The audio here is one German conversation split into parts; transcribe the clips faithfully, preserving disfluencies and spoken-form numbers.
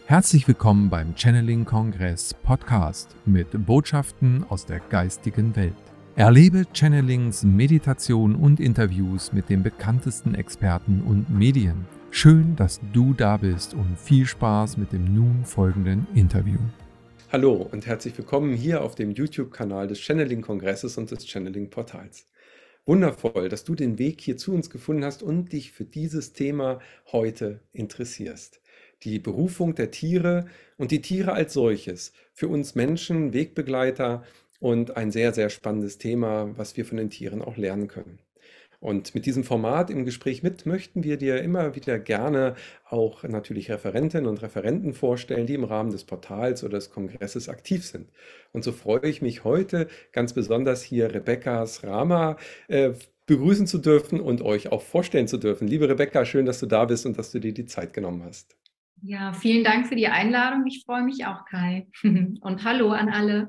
Herzlich willkommen beim Channeling-Kongress Podcast mit Botschaften aus der geistigen Welt. Erlebe Channelings, Meditation und Interviews mit den bekanntesten Experten und Medien. Schön, dass du da bist und viel Spaß mit dem nun folgenden Interview. Hallo und herzlich willkommen hier auf dem YouTube-Kanal des Channeling-Kongresses und des Channeling-Portals. Wundervoll, dass du den Weg hier zu uns gefunden hast und dich für dieses Thema heute interessierst. Die Berufung der Tiere und die Tiere als solches. Für uns Menschen, Wegbegleiter und ein sehr, sehr spannendes Thema, was wir von den Tieren auch lernen können. Und mit diesem Format im Gespräch mit möchten wir dir immer wieder gerne auch natürlich Referentinnen und Referenten vorstellen, die im Rahmen des Portals oder des Kongresses aktiv sind. Und so freue ich mich heute ganz besonders hier Rebecca Srama äh, begrüßen zu dürfen und euch auch vorstellen zu dürfen. Liebe Rebecca, schön, dass du da bist und dass du dir die Zeit genommen hast. Ja, vielen Dank für die Einladung. Ich freue mich auch, Kai. Und hallo an alle.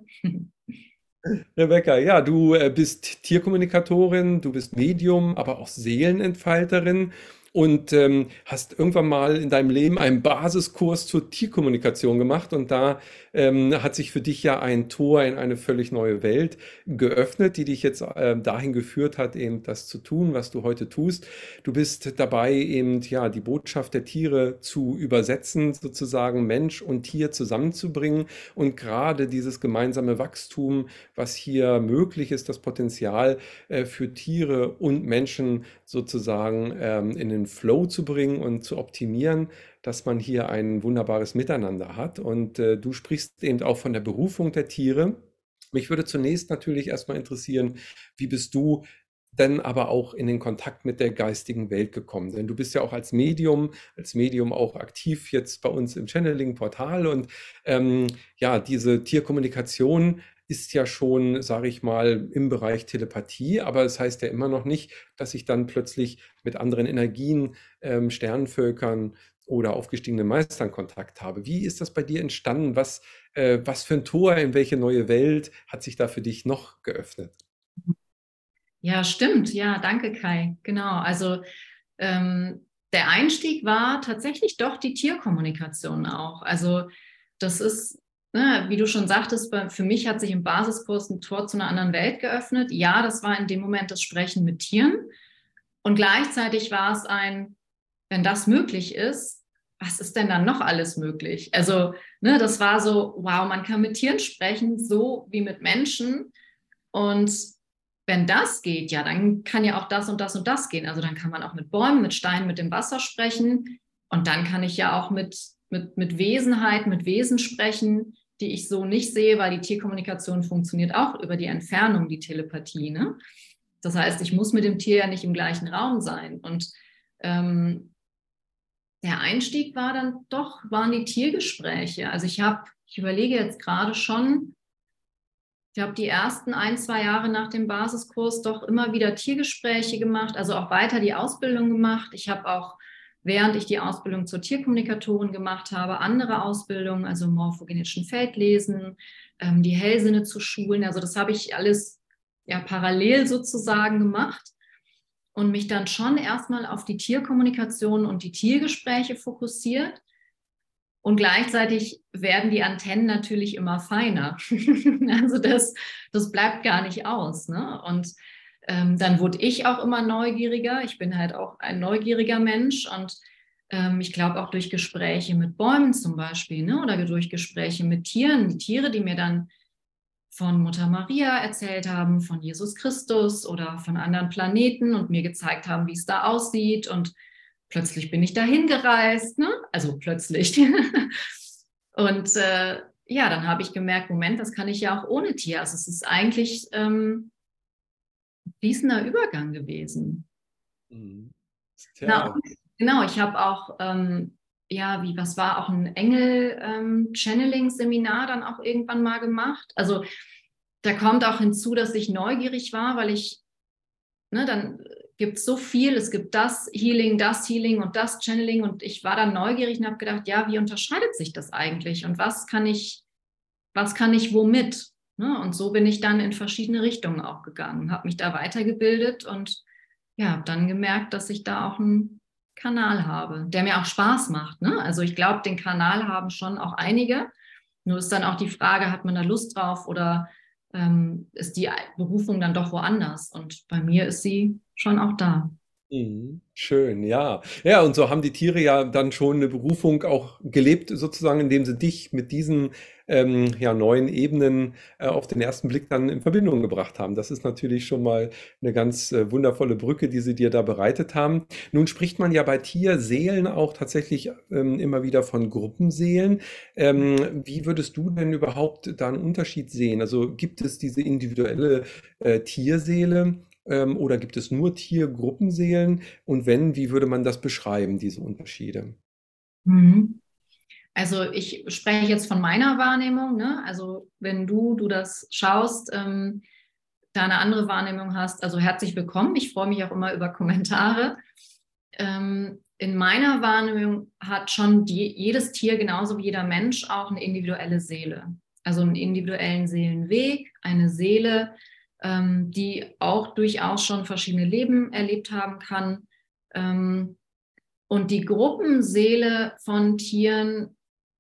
Rebecca, ja, du äh, bist Tierkommunikatorin, du bist Medium, aber auch Seelenentfalterin und ähm, hast irgendwann mal in deinem Leben einen Basiskurs zur Tierkommunikation gemacht und da ähm, hat sich für dich ja ein Tor in eine völlig neue Welt geöffnet, die dich jetzt äh, dahin geführt hat, eben das zu tun, was du heute tust. Du bist dabei, eben ja die Botschaft der Tiere zu übersetzen, sozusagen Mensch und Tier zusammenzubringen und gerade dieses gemeinsame Wachstum, was hier möglich ist, das Potenzial äh, für Tiere und Menschen sozusagen ähm, in den Flow zu bringen und zu optimieren, dass man hier ein wunderbares Miteinander hat. Und äh, du sprichst eben auch von der Berufung der Tiere. Mich würde zunächst natürlich erstmal interessieren, wie bist du denn aber auch in den Kontakt mit der geistigen Welt gekommen? Denn du bist ja auch als Medium, als Medium auch aktiv jetzt bei uns im Channeling-Portal und ähm, ja, diese Tierkommunikation ist ja schon, sage ich mal, im Bereich Telepathie, aber es heißt ja immer noch nicht, dass ich dann plötzlich mit anderen Energien, ähm, Sternenvölkern oder aufgestiegenen Meistern Kontakt habe. Wie ist das bei dir entstanden? Was, äh, was für ein Tor in welche neue Welt hat sich da für dich noch geöffnet? Ja, stimmt. Ja, danke, Kai. Genau. Also ähm, der Einstieg war tatsächlich doch die Tierkommunikation auch. Also das ist, ne, wie du schon sagtest, bei, für mich hat sich im Basiskurs ein Tor zu einer anderen Welt geöffnet. Ja, das war in dem Moment das Sprechen mit Tieren. Und gleichzeitig war es ein, wenn das möglich ist, was ist denn dann noch alles möglich? Also, ne, das war so, wow, man kann mit Tieren sprechen, so wie mit Menschen. Und wenn das geht, ja, dann kann ja auch das und das und das gehen. Also dann kann man auch mit Bäumen, mit Steinen, mit dem Wasser sprechen. Und dann kann ich ja auch mit, mit, mit Wesenheit, mit Wesen sprechen, die ich so nicht sehe, weil die Tierkommunikation funktioniert auch über die Entfernung, die Telepathie, ne? Das heißt, ich muss mit dem Tier ja nicht im gleichen Raum sein. Und ähm, der Einstieg war dann doch, waren die Tiergespräche. Also ich habe, ich überlege jetzt gerade schon, ich habe die ersten ein, zwei Jahre nach dem Basiskurs doch immer wieder Tiergespräche gemacht, also auch weiter die Ausbildung gemacht. Ich habe auch, während ich die Ausbildung zur Tierkommunikatorin gemacht habe, andere Ausbildungen, also morphogenetischen Feldlesen, ähm, die Hellsinne zu schulen. Also das habe ich alles ja parallel sozusagen gemacht und mich dann schon erstmal auf die Tierkommunikation und die Tiergespräche fokussiert. Und gleichzeitig werden die Antennen natürlich immer feiner. Also das, das bleibt gar nicht aus, ne? Und ähm, dann wurde ich auch immer neugieriger. Ich bin halt auch ein neugieriger Mensch und ähm, ich glaube auch durch Gespräche mit Bäumen zum Beispiel, ne? Oder durch Gespräche mit Tieren, die Tiere, die mir dann von Mutter Maria erzählt haben, von Jesus Christus oder von anderen Planeten und mir gezeigt haben, wie es da aussieht. Und plötzlich bin ich dahin gereist, ne? Also plötzlich. Und äh, ja, dann habe ich gemerkt, Moment, das kann ich ja auch ohne Tier. Also es ist eigentlich ähm, ein fließender Übergang gewesen. Mhm. Na, Tja, und, genau, ich habe auch, ähm, ja, wie, was war auch ein Engel-Channeling-Seminar dann auch irgendwann mal gemacht. Also da kommt auch hinzu, dass ich neugierig war, weil ich, ne, dann gibt es so viel, es gibt das Healing, das Healing und das Channeling und ich war dann neugierig und habe gedacht, ja, wie unterscheidet sich das eigentlich und was kann ich, was kann ich womit? Ne? Und so bin ich dann in verschiedene Richtungen auch gegangen, habe mich da weitergebildet und ja, habe dann gemerkt, dass ich da auch ein Kanal habe, der mir auch Spaß macht. Ne? Also ich glaube, den Kanal haben schon auch einige. Nur ist dann auch die Frage, hat man da Lust drauf oder ähm, ist die Berufung dann doch woanders? Und bei mir ist sie schon auch da. Mhm. Schön, ja. Ja, und so haben die Tiere ja dann schon eine Berufung auch gelebt, sozusagen, indem sie dich mit diesen ähm, ja, neuen Ebenen äh, auf den ersten Blick dann in Verbindung gebracht haben. Das ist natürlich schon mal eine ganz äh, wundervolle Brücke, die sie dir da bereitet haben. Nun spricht man ja bei Tierseelen auch tatsächlich ähm, immer wieder von Gruppenseelen. Ähm, wie würdest du denn überhaupt da einen Unterschied sehen? Also gibt es diese individuelle äh, Tierseele? Ähm, oder gibt es nur Tiergruppenseelen? Und wenn, wie würde man das beschreiben, diese Unterschiede? Mhm. Also ich spreche jetzt von meiner Wahrnehmung. Ne? Also wenn du, du das schaust, ähm, da eine andere Wahrnehmung hast, also herzlich willkommen. Ich freue mich auch immer über Kommentare. Ähm, in meiner Wahrnehmung hat schon die, jedes Tier genauso wie jeder Mensch auch eine individuelle Seele. Also einen individuellen Seelenweg, eine Seele, ähm, die auch durchaus schon verschiedene Leben erlebt haben kann. Ähm, und die Gruppenseele von Tieren,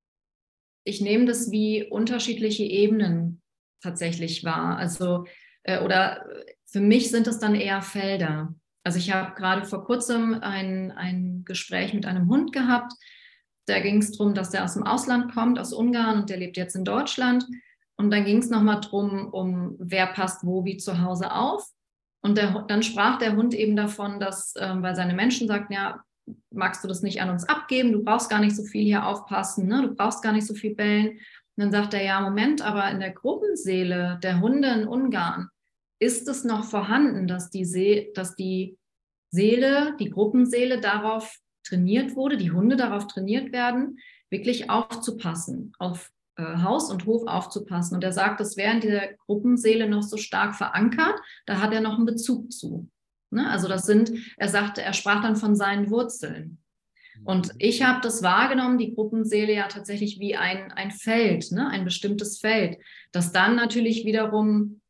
ich nehme das wie unterschiedliche Ebenen tatsächlich wahr. Also, äh, oder für mich sind es dann eher Felder. Also ich habe gerade vor kurzem ein, ein Gespräch mit einem Hund gehabt. Da ging es darum, dass der aus dem Ausland kommt, aus Ungarn, und der lebt jetzt in Deutschland. Und dann ging es nochmal darum, um wer passt wo wie zu Hause auf. Und der, dann sprach der Hund eben davon, dass, ähm, weil seine Menschen sagten, ja, magst du das nicht an uns abgeben? Du brauchst gar nicht so viel hier aufpassen, ne? Du brauchst gar nicht so viel bellen. Und dann sagt er, ja, Moment, aber in der Gruppenseele der Hunde in Ungarn ist es noch vorhanden, dass die, See dass die Seele, die Gruppenseele darauf trainiert wurde, die Hunde darauf trainiert werden, wirklich aufzupassen, auf äh, Haus und Hof aufzupassen. Und er sagt, das wäre in dieser Gruppenseele noch so stark verankert, da hat er noch einen Bezug zu. Ne? Also das sind, er sagte, er sprach dann von seinen Wurzeln. Und ich habe das wahrgenommen, die Gruppenseele ja tatsächlich wie ein, ein Feld, ne? Ein bestimmtes Feld, das dann natürlich wiederum,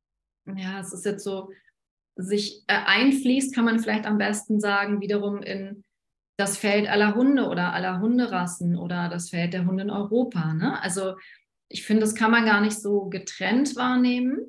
ja, es ist jetzt so, sich äh, einfließt, kann man vielleicht am besten sagen, wiederum in das Feld aller Hunde oder aller Hunderassen oder das Feld der Hunde in Europa. Ne? Also ich finde, das kann man gar nicht so getrennt wahrnehmen.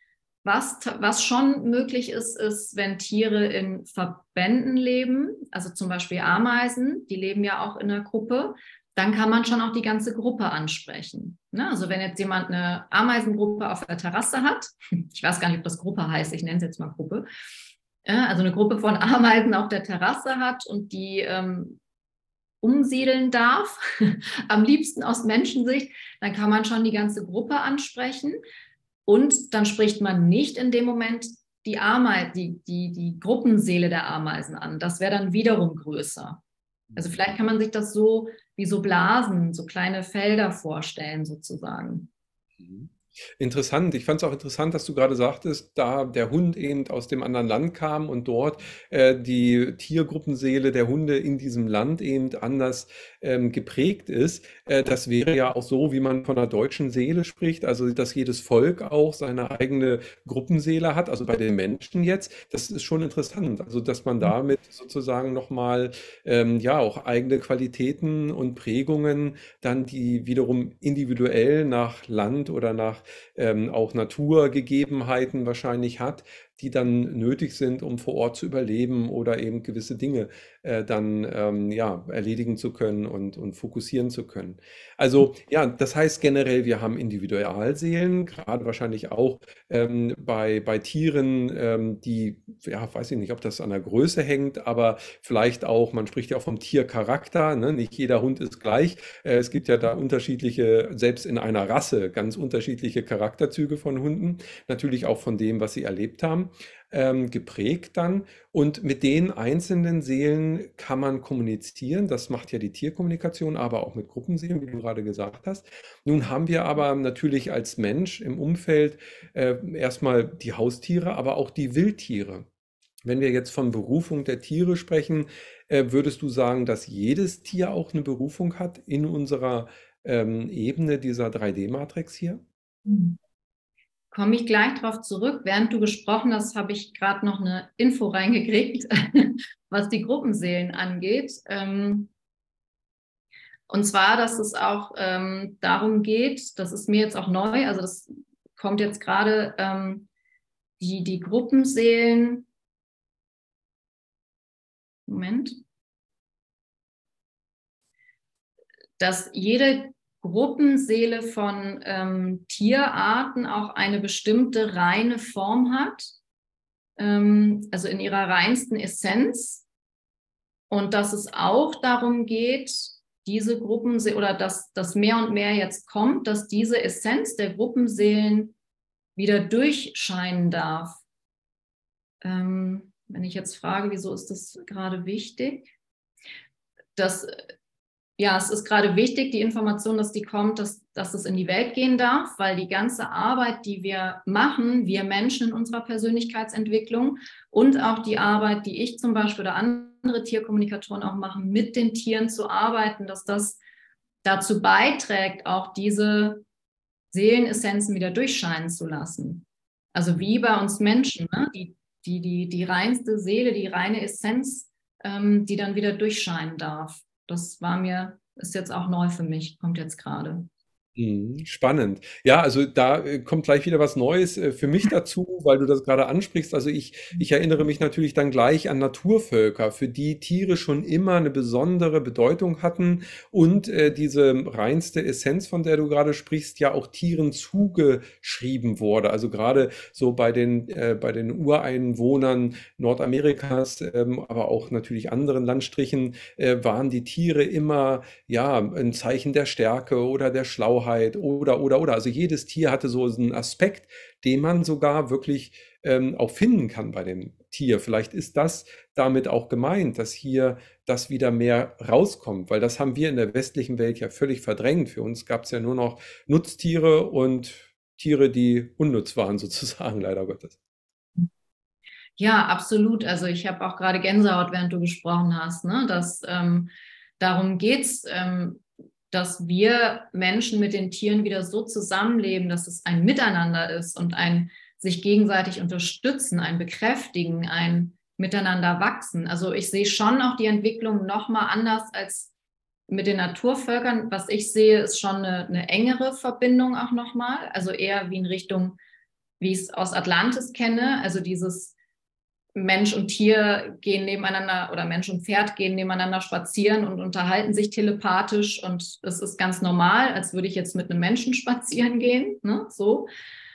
Was, was schon möglich ist, ist, wenn Tiere in Verbänden leben, also zum Beispiel Ameisen, die leben ja auch in einer Gruppe, dann kann man schon auch die ganze Gruppe ansprechen. Ne? Also wenn jetzt jemand eine Ameisengruppe auf der Terrasse hat, ich weiß gar nicht, ob das Gruppe heißt, ich nenne es jetzt mal Gruppe, ja, also eine Gruppe von Ameisen auf der Terrasse hat und die ähm, umsiedeln darf, am liebsten aus Menschensicht, dann kann man schon die ganze Gruppe ansprechen. Und dann spricht man nicht in dem Moment die, Amei die, die, die Gruppenseele der Ameisen an. Das wäre dann wiederum größer. Also vielleicht kann man sich das so wie so Blasen, so kleine Felder vorstellen sozusagen. Mhm. Interessant. Ich fand es auch interessant, dass du gerade sagtest, da der Hund eben aus dem anderen Land kam und dort äh, die Tiergruppenseele der Hunde in diesem Land eben anders ähm, geprägt ist. Äh, das wäre ja auch so, wie man von einer deutschen Seele spricht, also dass jedes Volk auch seine eigene Gruppenseele hat, also bei den Menschen jetzt. Das ist schon interessant, also dass man damit sozusagen nochmal ähm, ja auch eigene Qualitäten und Prägungen dann, die wiederum individuell nach Land oder nach ähm, auch Naturgegebenheiten wahrscheinlich hat, die dann nötig sind, um vor Ort zu überleben oder eben gewisse Dinge äh, dann ähm, ja, erledigen zu können und, und fokussieren zu können. Also ja, das heißt generell, wir haben Individualseelen, gerade wahrscheinlich auch ähm, bei, bei Tieren, ähm, die, ja, weiß ich nicht, ob das an der Größe hängt, aber vielleicht auch, man spricht ja auch vom Tiercharakter, ne? Nicht jeder Hund ist gleich. Äh, es gibt ja da unterschiedliche, selbst in einer Rasse, ganz unterschiedliche Charakterzüge von Hunden, natürlich auch von dem, was sie erlebt haben, ähm, geprägt dann. Und mit den einzelnen Seelen kann man kommunizieren. Das macht ja die Tierkommunikation, aber auch mit Gruppenseelen, wie du gerade gesagt hast. Nun haben wir aber natürlich als Mensch im Umfeld äh, erstmal die Haustiere, aber auch die Wildtiere. Wenn wir jetzt von Berufung der Tiere sprechen, äh, würdest du sagen, dass jedes Tier auch eine Berufung hat in unserer ähm, Ebene dieser drei D-Matrix hier? Mhm. Komme ich gleich drauf zurück. Während du gesprochen hast, habe ich gerade noch eine Info reingekriegt. was die Gruppenseelen angeht. Ähm, und zwar, dass es auch ähm, darum geht, das ist mir jetzt auch neu, also das kommt jetzt gerade, ähm, die, die Gruppenseelen, Moment, dass jede Gruppenseele von ähm, Tierarten auch eine bestimmte reine Form hat, ähm, also in ihrer reinsten Essenz. Und dass es auch darum geht, diese Gruppenseelen, oder dass das mehr und mehr jetzt kommt, dass diese Essenz der Gruppenseelen wieder durchscheinen darf. Ähm, wenn ich jetzt frage, wieso ist das gerade wichtig? Das Ja, es ist gerade wichtig, die Information, dass die kommt, dass, dass es in die Welt gehen darf, weil die ganze Arbeit, die wir machen, wir Menschen in unserer Persönlichkeitsentwicklung und auch die Arbeit, die ich zum Beispiel oder andere Tierkommunikatoren auch machen, mit den Tieren zu arbeiten, dass das dazu beiträgt, auch diese Seelenessenzen wieder durchscheinen zu lassen. Also wie bei uns Menschen, ne? die, die, die, die reinste Seele, die reine Essenz, ähm, die dann wieder durchscheinen darf. Das war mir, ist jetzt auch neu für mich, kommt jetzt gerade. Mhm, spannend. Ja, also da äh, kommt gleich wieder was Neues äh, für mich dazu, weil du das gerade ansprichst. Also ich, ich erinnere mich natürlich dann gleich an Naturvölker, für die Tiere schon immer eine besondere Bedeutung hatten und äh, diese reinste Essenz, von der du gerade sprichst, ja auch Tieren zugeschrieben wurde. Also gerade so bei den, äh, bei den Ureinwohnern Nordamerikas, ähm, aber auch natürlich anderen Landstrichen, äh, waren die Tiere immer ja ein Zeichen der Stärke oder der Schlauheit oder, oder, oder. Also jedes Tier hatte so einen Aspekt, den man sogar wirklich ähm, auch finden kann bei dem Tier. Vielleicht ist das damit auch gemeint, dass hier das wieder mehr rauskommt, weil das haben wir in der westlichen Welt ja völlig verdrängt. Für uns gab es ja nur noch Nutztiere und Tiere, die unnütz waren, sozusagen, leider Gottes. Ja, absolut. Also ich habe auch gerade Gänsehaut, während du gesprochen hast, ne? Dass ähm, darum geht es, ähm, dass wir Menschen mit den Tieren wieder so zusammenleben, dass es ein Miteinander ist und ein sich gegenseitig unterstützen, ein Bekräftigen, ein Miteinander wachsen. Also ich sehe schon auch die Entwicklung nochmal anders als mit den Naturvölkern. Was ich sehe, ist schon eine, eine engere Verbindung auch nochmal, also eher wie in Richtung, wie ich es aus Atlantis kenne, also dieses Mensch und Tier gehen nebeneinander oder Mensch und Pferd gehen nebeneinander spazieren und unterhalten sich telepathisch und es ist ganz normal, als würde ich jetzt mit einem Menschen spazieren gehen, ne? So.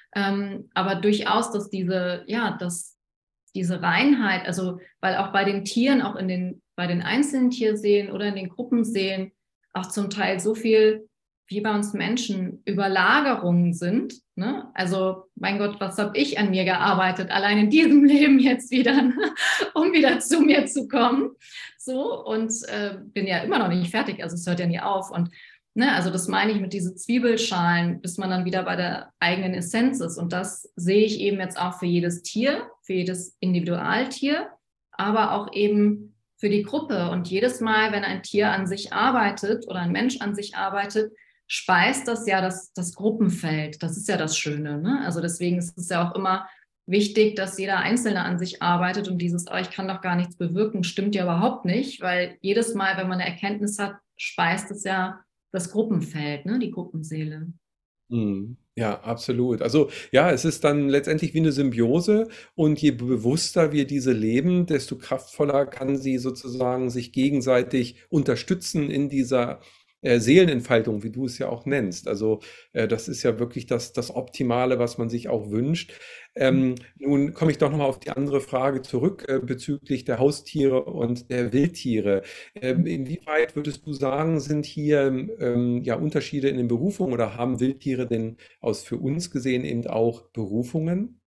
Ähm, aber durchaus, dass diese, ja, dass diese Reinheit, also weil auch bei den Tieren, auch in den, bei den einzelnen Tierseelen oder in den Gruppenseelen auch zum Teil so viel wie bei uns Menschen Überlagerungen sind. Ne? Also, mein Gott, was habe ich an mir gearbeitet, allein in diesem Leben jetzt wieder, ne? Um wieder zu mir zu kommen. So, und äh, bin ja immer noch nicht fertig, also es hört ja nie auf. Und ne, also das meine ich mit diesen Zwiebelschalen, bis man dann wieder bei der eigenen Essenz ist. Und das sehe ich eben jetzt auch für jedes Tier, für jedes Individualtier, aber auch eben für die Gruppe. Und jedes Mal, wenn ein Tier an sich arbeitet oder ein Mensch an sich arbeitet, speist das ja das, das Gruppenfeld. Das ist ja das Schöne. Ne? Also deswegen ist es ja auch immer wichtig, dass jeder Einzelne an sich arbeitet und dieses, oh, ich kann doch gar nichts bewirken, stimmt ja überhaupt nicht, weil jedes Mal, wenn man eine Erkenntnis hat, speist es ja das Gruppenfeld, ne? Die Gruppenseele. Mhm. Ja, absolut. Also ja, es ist dann letztendlich wie eine Symbiose und je bewusster wir diese leben, desto kraftvoller kann sie sozusagen sich gegenseitig unterstützen in dieser äh, Seelenentfaltung, wie du es ja auch nennst. Also äh, das ist ja wirklich das, das Optimale, was man sich auch wünscht. Ähm, nun komme ich doch nochmal auf die andere Frage zurück äh, bezüglich der Haustiere und der Wildtiere. Ähm, inwieweit würdest du sagen, sind hier ähm, ja Unterschiede in den Berufungen oder haben Wildtiere denn aus für uns gesehen eben auch Berufungen?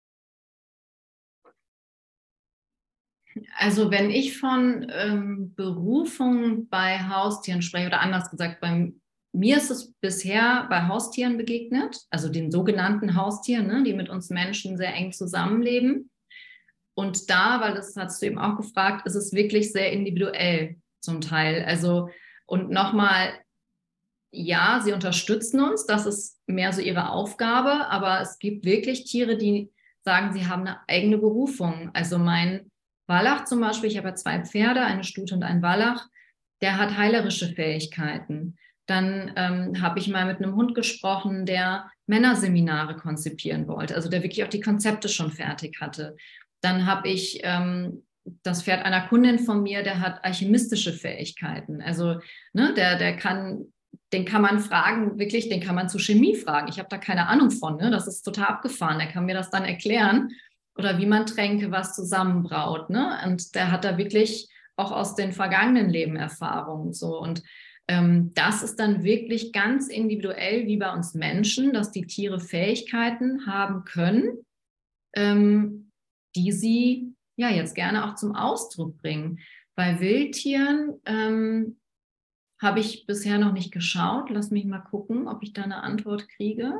Also wenn ich von ähm, Berufung bei Haustieren spreche, oder anders gesagt, bei mir ist es bisher bei Haustieren begegnet, also den sogenannten Haustieren, ne, die mit uns Menschen sehr eng zusammenleben. Und da, weil das hast du eben auch gefragt, ist es wirklich sehr individuell zum Teil. Also und nochmal, ja, sie unterstützen uns, das ist mehr so ihre Aufgabe, aber es gibt wirklich Tiere, die sagen, sie haben eine eigene Berufung. Also mein Wallach zum Beispiel, ich habe ja zwei Pferde, eine Stute und einen Wallach, der hat heilerische Fähigkeiten. Dann ähm, habe ich mal mit einem Hund gesprochen, der Männerseminare konzipieren wollte, also der wirklich auch die Konzepte schon fertig hatte. Dann habe ich ähm, das Pferd einer Kundin von mir, der hat alchemistische Fähigkeiten. Also ne, der, der kann, den kann man fragen, wirklich, den kann man zu Chemie fragen. Ich habe da keine Ahnung von, ne? Das ist total abgefahren. Der kann mir das dann erklären oder wie man Tränke was zusammenbraut. Ne? Und der hat da wirklich auch aus den vergangenen Leben Erfahrungen so. Und ähm, das ist dann wirklich ganz individuell wie bei uns Menschen, dass die Tiere Fähigkeiten haben können, ähm, die sie ja jetzt gerne auch zum Ausdruck bringen. Bei Wildtieren ähm, habe ich bisher noch nicht geschaut. Lass mich mal gucken, ob ich da eine Antwort kriege.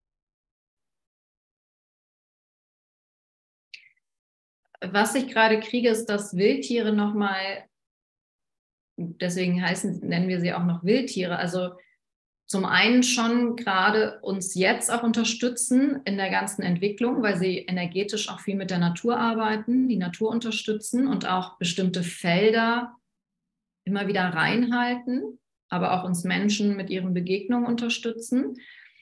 Was ich gerade kriege, ist, dass Wildtiere nochmal, deswegen heißen, nennen wir sie auch noch Wildtiere, also zum einen schon gerade uns jetzt auch unterstützen in der ganzen Entwicklung, weil sie energetisch auch viel mit der Natur arbeiten, die Natur unterstützen und auch bestimmte Felder immer wieder reinhalten, aber auch uns Menschen mit ihren Begegnungen unterstützen.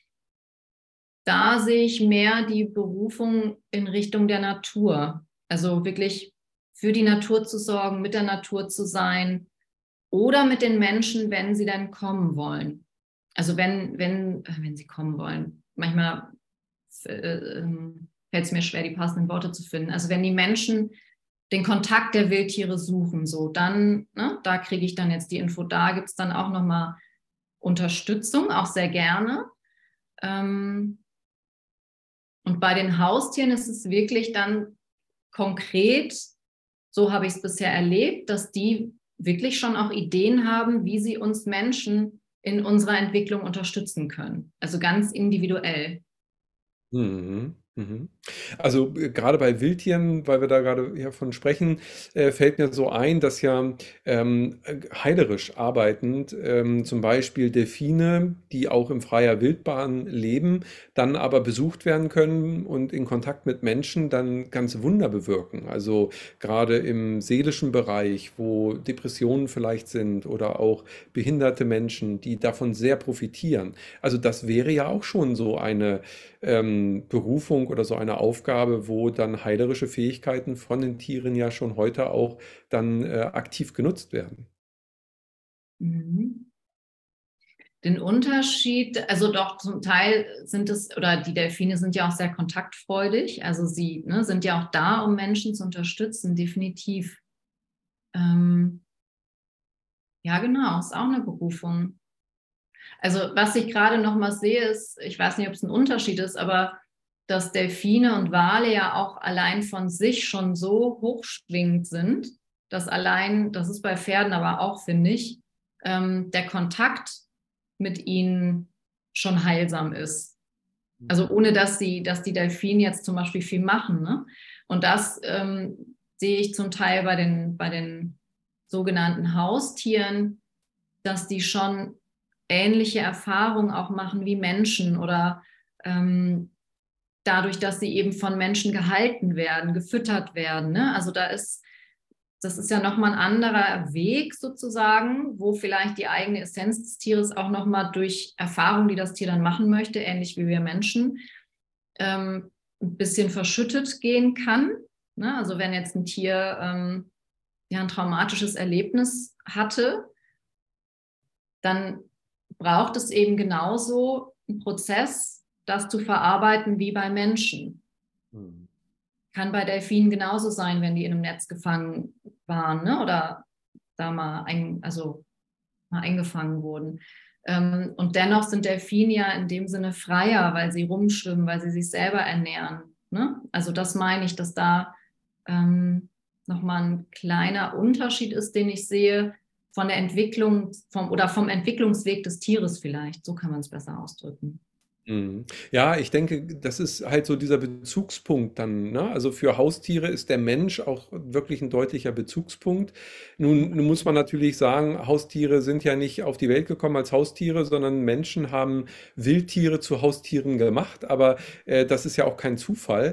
Da sehe ich mehr die Berufung in Richtung der Natur. Also wirklich für die Natur zu sorgen, mit der Natur zu sein oder mit den Menschen, wenn sie dann kommen wollen. Also wenn, wenn, wenn sie kommen wollen. Manchmal äh, äh, fällt es mir schwer, die passenden Worte zu finden. Also wenn die Menschen den Kontakt der Wildtiere suchen, so dann, ne, da kriege ich dann jetzt die Info, da gibt es dann auch nochmal Unterstützung, auch sehr gerne. Ähm, und bei den Haustieren ist es wirklich dann konkret, so habe ich es bisher erlebt, dass die wirklich schon auch Ideen haben, wie sie uns Menschen in unserer Entwicklung unterstützen können. Also ganz individuell. Mhm. Mhm. Also äh, gerade bei Wildtieren, weil wir da gerade ja von sprechen, äh, fällt mir so ein, dass ja ähm, äh, heilerisch arbeitend ähm, zum Beispiel Delfine, die auch in freier Wildbahn leben, dann aber besucht werden können und in Kontakt mit Menschen dann ganze Wunder bewirken. Also gerade im seelischen Bereich, wo Depressionen vielleicht sind oder auch behinderte Menschen, die davon sehr profitieren. Also das wäre ja auch schon so eine ähm, Berufung oder so eine Aufgabe, wo dann heilerische Fähigkeiten von den Tieren ja schon heute auch dann äh, aktiv genutzt werden. Mhm. Den Unterschied, also doch zum Teil sind es, oder die Delfine sind ja auch sehr kontaktfreudig, also sie ne, sind ja auch da, um Menschen zu unterstützen, definitiv. Ähm, ja, genau, ist auch eine Berufung. Also was ich gerade noch mal sehe, ist, ich weiß nicht, ob es ein Unterschied ist, aber dass Delfine und Wale ja auch allein von sich schon so hochschwingend sind, dass allein, das ist bei Pferden aber auch, finde ich, ähm, der Kontakt mit ihnen schon heilsam ist. Also ohne, dass, sie, dass die Delfine jetzt zum Beispiel viel machen. Ne? Und das ähm, sehe ich zum Teil bei den, bei den sogenannten Haustieren, dass die schon ähnliche Erfahrungen auch machen wie Menschen oder ähm, dadurch, dass sie eben von Menschen gehalten werden, gefüttert werden. Ne? Also da ist, das ist ja nochmal ein anderer Weg sozusagen, wo vielleicht die eigene Essenz des Tieres auch nochmal durch Erfahrungen, die das Tier dann machen möchte, ähnlich wie wir Menschen, ähm, ein bisschen verschüttet gehen kann. Ne? Also wenn jetzt ein Tier ähm, ja ein traumatisches Erlebnis hatte, dann braucht es eben genauso einen Prozess, das zu verarbeiten wie bei Menschen. Hm. Kann bei Delfinen genauso sein, wenn die in einem Netz gefangen waren, ne? Oder da mal, ein, also mal eingefangen wurden. Ähm, und dennoch sind Delfine ja in dem Sinne freier, weil sie rumschwimmen, weil sie sich selber ernähren. Ne? Also das meine ich, dass da ähm, nochmal ein kleiner Unterschied ist, den ich sehe, von der Entwicklung vom, oder vom Entwicklungsweg des Tieres vielleicht. So kann man es besser ausdrücken. Mhm. Ja, ich denke, das ist halt so dieser Bezugspunkt dann, ne? Also für Haustiere ist der Mensch auch wirklich ein deutlicher Bezugspunkt. Nun, nun muss man natürlich sagen, Haustiere sind ja nicht auf die Welt gekommen als Haustiere, sondern Menschen haben Wildtiere zu Haustieren gemacht, aber äh, das ist ja auch kein Zufall.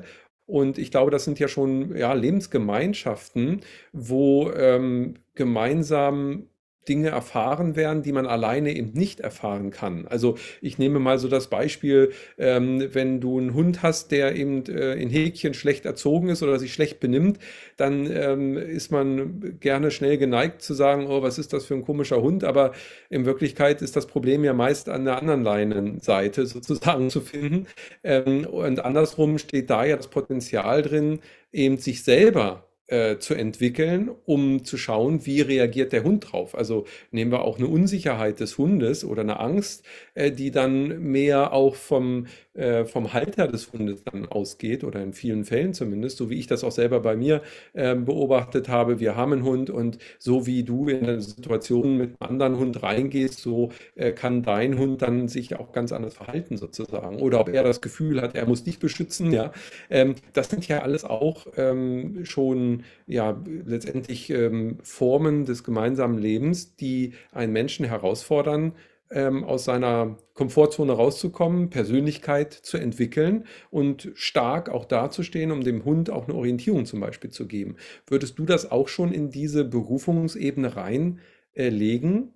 Und ich glaube, das sind ja schon ja, Lebensgemeinschaften, wo ähm, gemeinsam Dinge erfahren werden, die man alleine eben nicht erfahren kann. Also ich nehme mal so das Beispiel, ähm, wenn du einen Hund hast, der eben äh, in Häkchen schlecht erzogen ist oder sich schlecht benimmt, dann ähm, ist man gerne schnell geneigt zu sagen, oh, was ist das für ein komischer Hund? Aber in Wirklichkeit ist das Problem ja meist an der anderen Leinenseite sozusagen zu finden. Ähm, und andersrum steht da ja das Potenzial drin, eben sich selber äh, zu entwickeln, um zu schauen, wie reagiert der Hund drauf. Also nehmen wir auch eine Unsicherheit des Hundes oder eine Angst, äh, die dann mehr auch vom, äh, vom Halter des Hundes dann ausgeht oder in vielen Fällen zumindest, so wie ich das auch selber bei mir äh, beobachtet habe. Wir haben einen Hund und so wie du in eine Situation mit einem anderen Hund reingehst, so äh, kann dein Hund dann sich auch ganz anders verhalten sozusagen. Oder ob er das Gefühl hat, er muss dich beschützen, ja. Ähm, das sind ja alles auch ähm, schon ja letztendlich ähm, Formen des gemeinsamen Lebens, die einen Menschen herausfordern, ähm, aus seiner Komfortzone rauszukommen, Persönlichkeit zu entwickeln und stark auch dazustehen, um dem Hund auch eine Orientierung zum Beispiel zu geben. Würdest du das auch schon in diese Berufungsebene reinlegen? Äh, legen?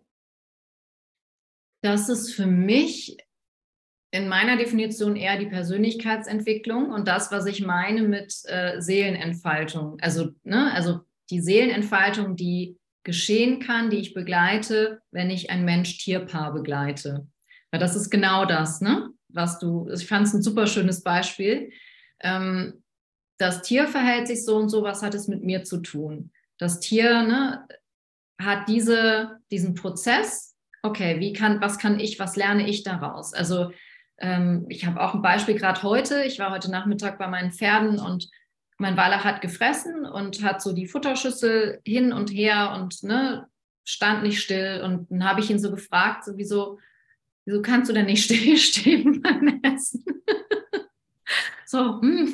Das ist für mich in meiner Definition eher die Persönlichkeitsentwicklung und das, was ich meine mit äh, Seelenentfaltung. Also, ne, also die Seelenentfaltung, die geschehen kann, die ich begleite, wenn ich ein Mensch-Tier-Paar begleite. Weil das ist genau das, ne, was du, ich fand es ein super schönes Beispiel. Ähm, das Tier verhält sich so und so, was hat es mit mir zu tun? Das Tier, ne, hat diese, diesen Prozess, okay, wie kann, was kann ich, was lerne ich daraus? Also ähm, ich habe auch ein Beispiel gerade heute, ich war heute Nachmittag bei meinen Pferden und mein Wallach hat gefressen und hat so die Futterschüssel hin und her und ne, stand nicht still und dann habe ich ihn so gefragt, so, wieso, wieso kannst du denn nicht stillstehen beim Essen? So, hm.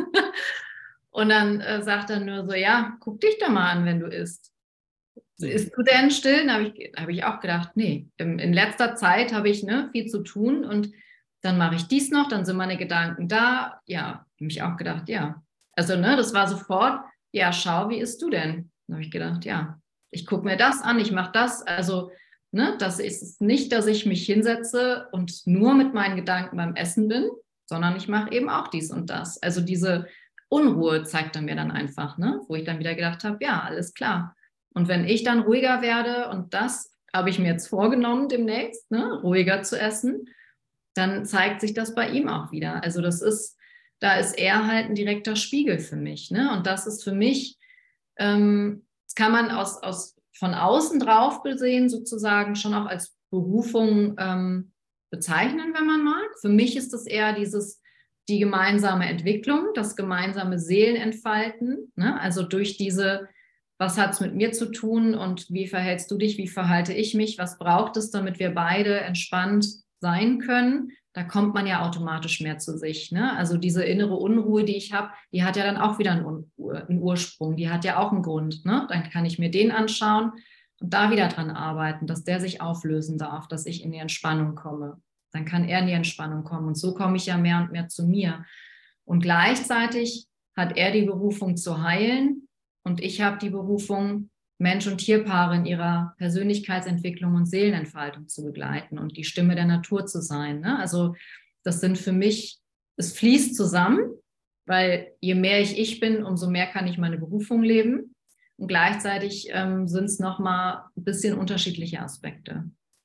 Und dann äh, sagt er nur so, ja, guck dich doch mal an, wenn du isst. Isst du denn still? Da habe ich, hab ich auch gedacht, nee, in, in letzter Zeit habe ich ne, viel zu tun und dann mache ich dies noch, dann sind meine Gedanken da. Ja, habe ich auch gedacht, ja. Also, ne, das war sofort, ja, schau, wie isst du denn? Dann habe ich gedacht, ja, ich gucke mir das an, ich mache das. Also, ne, das ist nicht, dass ich mich hinsetze und nur mit meinen Gedanken beim Essen bin, sondern ich mache eben auch dies und das. Also diese Unruhe zeigt er mir dann einfach, ne, wo ich dann wieder gedacht habe, ja, alles klar. Und wenn ich dann ruhiger werde, und das habe ich mir jetzt vorgenommen demnächst, ne, ruhiger zu essen, dann zeigt sich das bei ihm auch wieder. Also das ist, da ist er halt ein direkter Spiegel für mich. Ne? Und das ist für mich, ähm, das kann man aus, aus, von außen drauf gesehen sozusagen schon auch als Berufung ähm, bezeichnen, wenn man mag. Für mich ist das eher dieses, die gemeinsame Entwicklung, das gemeinsame Seelenentfalten. Ne? Also durch diese, was hat es mit mir zu tun und wie verhältst du dich, wie verhalte ich mich, was braucht es, damit wir beide entspannt sein können, da kommt man ja automatisch mehr zu sich. Ne? Also diese innere Unruhe, die ich habe, die hat ja dann auch wieder einen, Ur einen Ursprung, die hat ja auch einen Grund. Ne? Dann kann ich mir den anschauen und da wieder dran arbeiten, dass der sich auflösen darf, dass ich in die Entspannung komme. Dann kann er in die Entspannung kommen und so komme ich ja mehr und mehr zu mir. Und gleichzeitig hat er die Berufung zu heilen und ich habe die Berufung, Mensch- und Tierpaare in ihrer Persönlichkeitsentwicklung und Seelenentfaltung zu begleiten und die Stimme der Natur zu sein. Ne? Also das sind für mich, es fließt zusammen, weil je mehr ich ich bin, umso mehr kann ich meine Berufung leben. Und gleichzeitig ähm, sind es nochmal ein bisschen unterschiedliche Aspekte.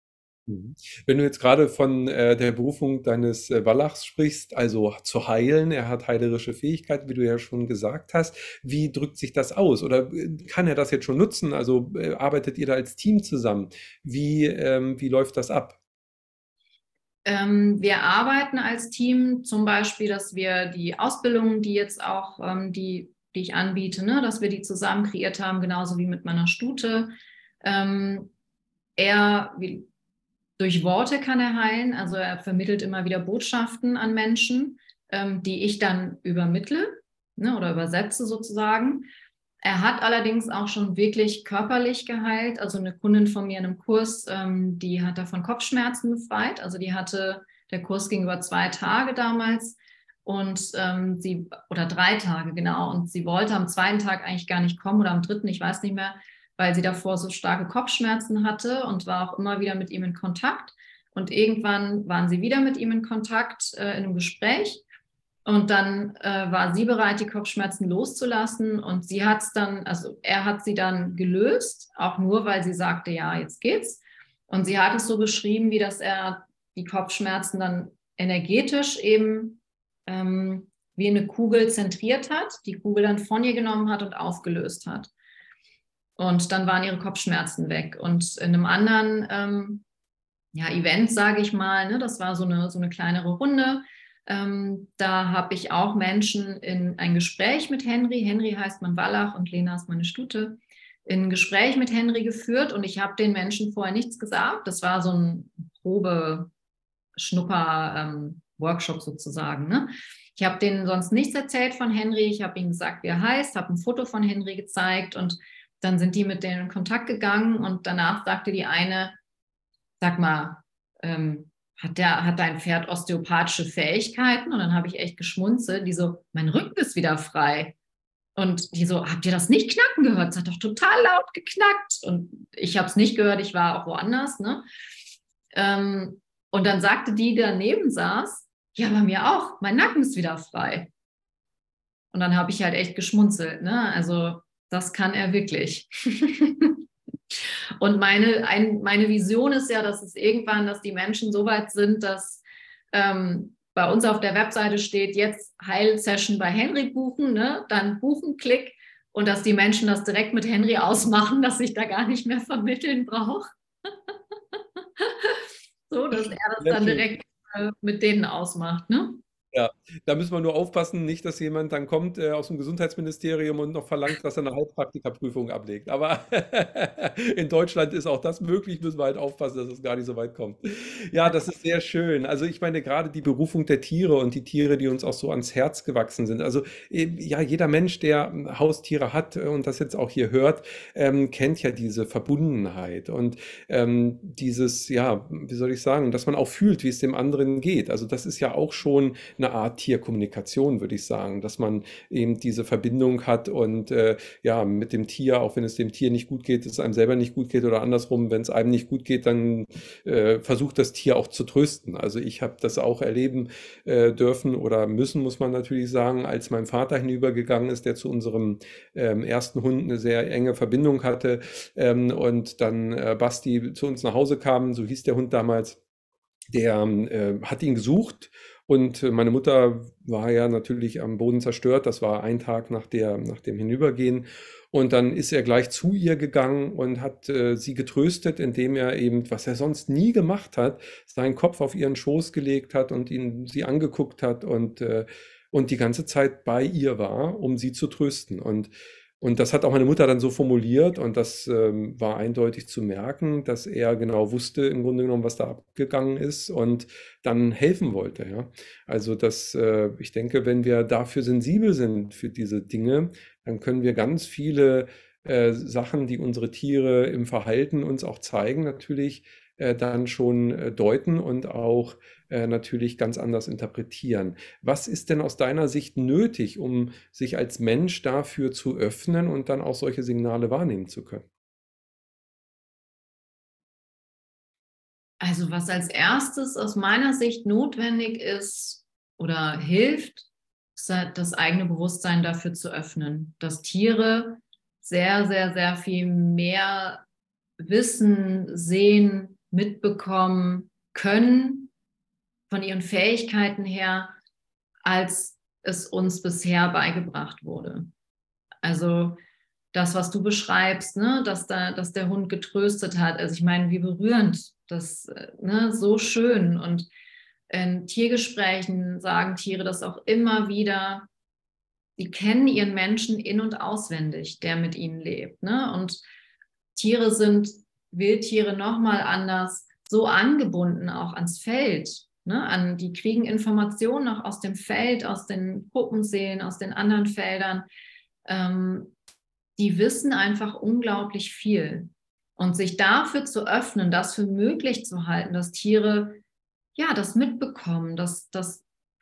Wenn du jetzt gerade von äh, der Berufung deines äh, Wallachs sprichst, also zu heilen, er hat heilerische Fähigkeiten, wie du ja schon gesagt hast, wie drückt sich das aus? Oder äh, kann er das jetzt schon nutzen? Also äh, arbeitet ihr da als Team zusammen? Wie, ähm, wie läuft das ab? Ähm, wir arbeiten als Team zum Beispiel, dass wir die Ausbildungen, die jetzt auch, ähm, die, die ich anbiete, ne, dass wir die zusammen kreiert haben, genauso wie mit meiner Stute. Ähm, er, wie, durch Worte kann er heilen, also er vermittelt immer wieder Botschaften an Menschen, ähm, die ich dann übermittle, ne, oder übersetze sozusagen. Er hat allerdings auch schon wirklich körperlich geheilt. Also eine Kundin von mir in einem Kurs, ähm, die hat davon Kopfschmerzen befreit. Also die hatte, der Kurs ging über zwei Tage damals Und ähm, sie, oder drei Tage, genau. Und sie wollte am zweiten Tag eigentlich gar nicht kommen oder am dritten, ich weiß nicht mehr, weil sie davor so starke Kopfschmerzen hatte und war auch immer wieder mit ihm in Kontakt. Und irgendwann waren sie wieder mit ihm in Kontakt äh, in einem Gespräch. Und dann äh, war sie bereit, die Kopfschmerzen loszulassen. Und sie hat es dann, also er hat sie dann gelöst, auch nur, weil sie sagte, ja, jetzt geht's. Und sie hat es so beschrieben, wie dass er die Kopfschmerzen dann energetisch eben ähm, wie eine Kugel zentriert hat, die Kugel dann von ihr genommen hat und aufgelöst hat. Und dann waren ihre Kopfschmerzen weg. Und in einem anderen ähm, ja, Event, sage ich mal, ne, das war so eine, so eine kleinere Runde, ähm, da habe ich auch Menschen in ein Gespräch mit Henry, Henry heißt mein Wallach und Lena ist meine Stute, in ein Gespräch mit Henry geführt und ich habe den Menschen vorher nichts gesagt. Das war so ein Probe-Schnupper-Workshop ähm, sozusagen, ne? Ich habe denen sonst nichts erzählt von Henry. Ich habe ihnen gesagt, wie er heißt, habe ein Foto von Henry gezeigt und dann sind die mit denen in Kontakt gegangen und danach sagte die eine, sag mal, ähm, hat, der, hat dein Pferd osteopathische Fähigkeiten? Und dann habe ich echt geschmunzelt. Die so, mein Rücken ist wieder frei. Und die so, habt ihr das nicht knacken gehört? Es hat doch total laut geknackt. Und ich habe es nicht gehört, ich war auch woanders. Ne? Ähm, und dann sagte die, die daneben saß, ja, bei mir auch, mein Nacken ist wieder frei. Und dann habe ich halt echt geschmunzelt. Ne? Also das kann er wirklich. Und meine, ein, meine Vision ist ja, dass es irgendwann, dass die Menschen so weit sind, dass ähm, bei uns auf der Webseite steht, jetzt Heilsession bei Henry buchen, ne? Dann buchen, Klick und dass die Menschen das direkt mit Henry ausmachen, dass ich da gar nicht mehr vermitteln brauche. So, dass er das dann direkt äh, mit denen ausmacht, ne? Ja, da müssen wir nur aufpassen, nicht, dass jemand dann kommt äh, aus dem Gesundheitsministerium und noch verlangt, dass er eine Heilpraktikerprüfung ablegt. Aber in Deutschland ist auch das möglich, müssen wir halt aufpassen, dass es gar nicht so weit kommt. Ja, das ist sehr schön. Also ich meine, gerade die Berufung der Tiere und die Tiere, die uns auch so ans Herz gewachsen sind. Also äh, ja, jeder Mensch, der Haustiere hat und das jetzt auch hier hört, ähm, kennt ja diese Verbundenheit und ähm, dieses, ja, wie soll ich sagen, dass man auch fühlt, wie es dem anderen geht. Also das ist ja auch schon eine Art Tierkommunikation, würde ich sagen, dass man eben diese Verbindung hat und äh, ja, mit dem Tier, auch wenn es dem Tier nicht gut geht, es einem selber nicht gut geht oder andersrum, wenn es einem nicht gut geht, dann äh, versucht das Tier auch zu trösten. Also ich habe das auch erleben äh, dürfen oder müssen, muss man natürlich sagen, als mein Vater hinübergegangen ist, der zu unserem ähm, ersten Hund eine sehr enge Verbindung hatte ähm, und dann äh, Basti zu uns nach Hause kam, so hieß der Hund damals, der äh, hat ihn gesucht. Und meine Mutter war ja natürlich am Boden zerstört. Das war ein Tag nach der, nach dem Hinübergehen. Und dann ist er gleich zu ihr gegangen und hat äh, sie getröstet, indem er eben, was er sonst nie gemacht hat, seinen Kopf auf ihren Schoß gelegt hat und ihn, sie angeguckt hat und, äh, und die ganze Zeit bei ihr war, um sie zu trösten. Und und das hat auch meine Mutter dann so formuliert und das ähm, war eindeutig zu merken, dass er genau wusste im Grunde genommen, was da abgegangen ist und dann helfen wollte. Ja? Also das, äh, ich denke, wenn wir dafür sensibel sind für diese Dinge, dann können wir ganz viele äh, Sachen, die unsere Tiere im Verhalten uns auch zeigen, natürlich äh, dann schon äh, deuten und auch äh, natürlich ganz anders interpretieren. Was ist denn aus deiner Sicht nötig, um sich als Mensch dafür zu öffnen und dann auch solche Signale wahrnehmen zu können? Also was als erstes aus meiner Sicht notwendig ist oder hilft, ist halt das eigene Bewusstsein dafür zu öffnen, dass Tiere sehr, sehr, sehr viel mehr wissen, sehen, mitbekommen können von ihren Fähigkeiten her, als es uns bisher beigebracht wurde. Also das, was du beschreibst, ne, dass, da, dass der Hund getröstet hat. Also ich meine, wie berührend, das, ne, so schön. Und in Tiergesprächen sagen Tiere das auch immer wieder. Sie kennen ihren Menschen in- und auswendig, der mit ihnen lebt. Ne? Und Tiere sind, Wildtiere nochmal anders, so angebunden auch ans Feld. Ne? An, die kriegen Informationen auch aus dem Feld, aus den Puppenseen, aus den anderen Feldern. Ähm, die wissen einfach unglaublich viel. Und sich dafür zu öffnen, das für möglich zu halten, dass Tiere ja das mitbekommen, dass, dass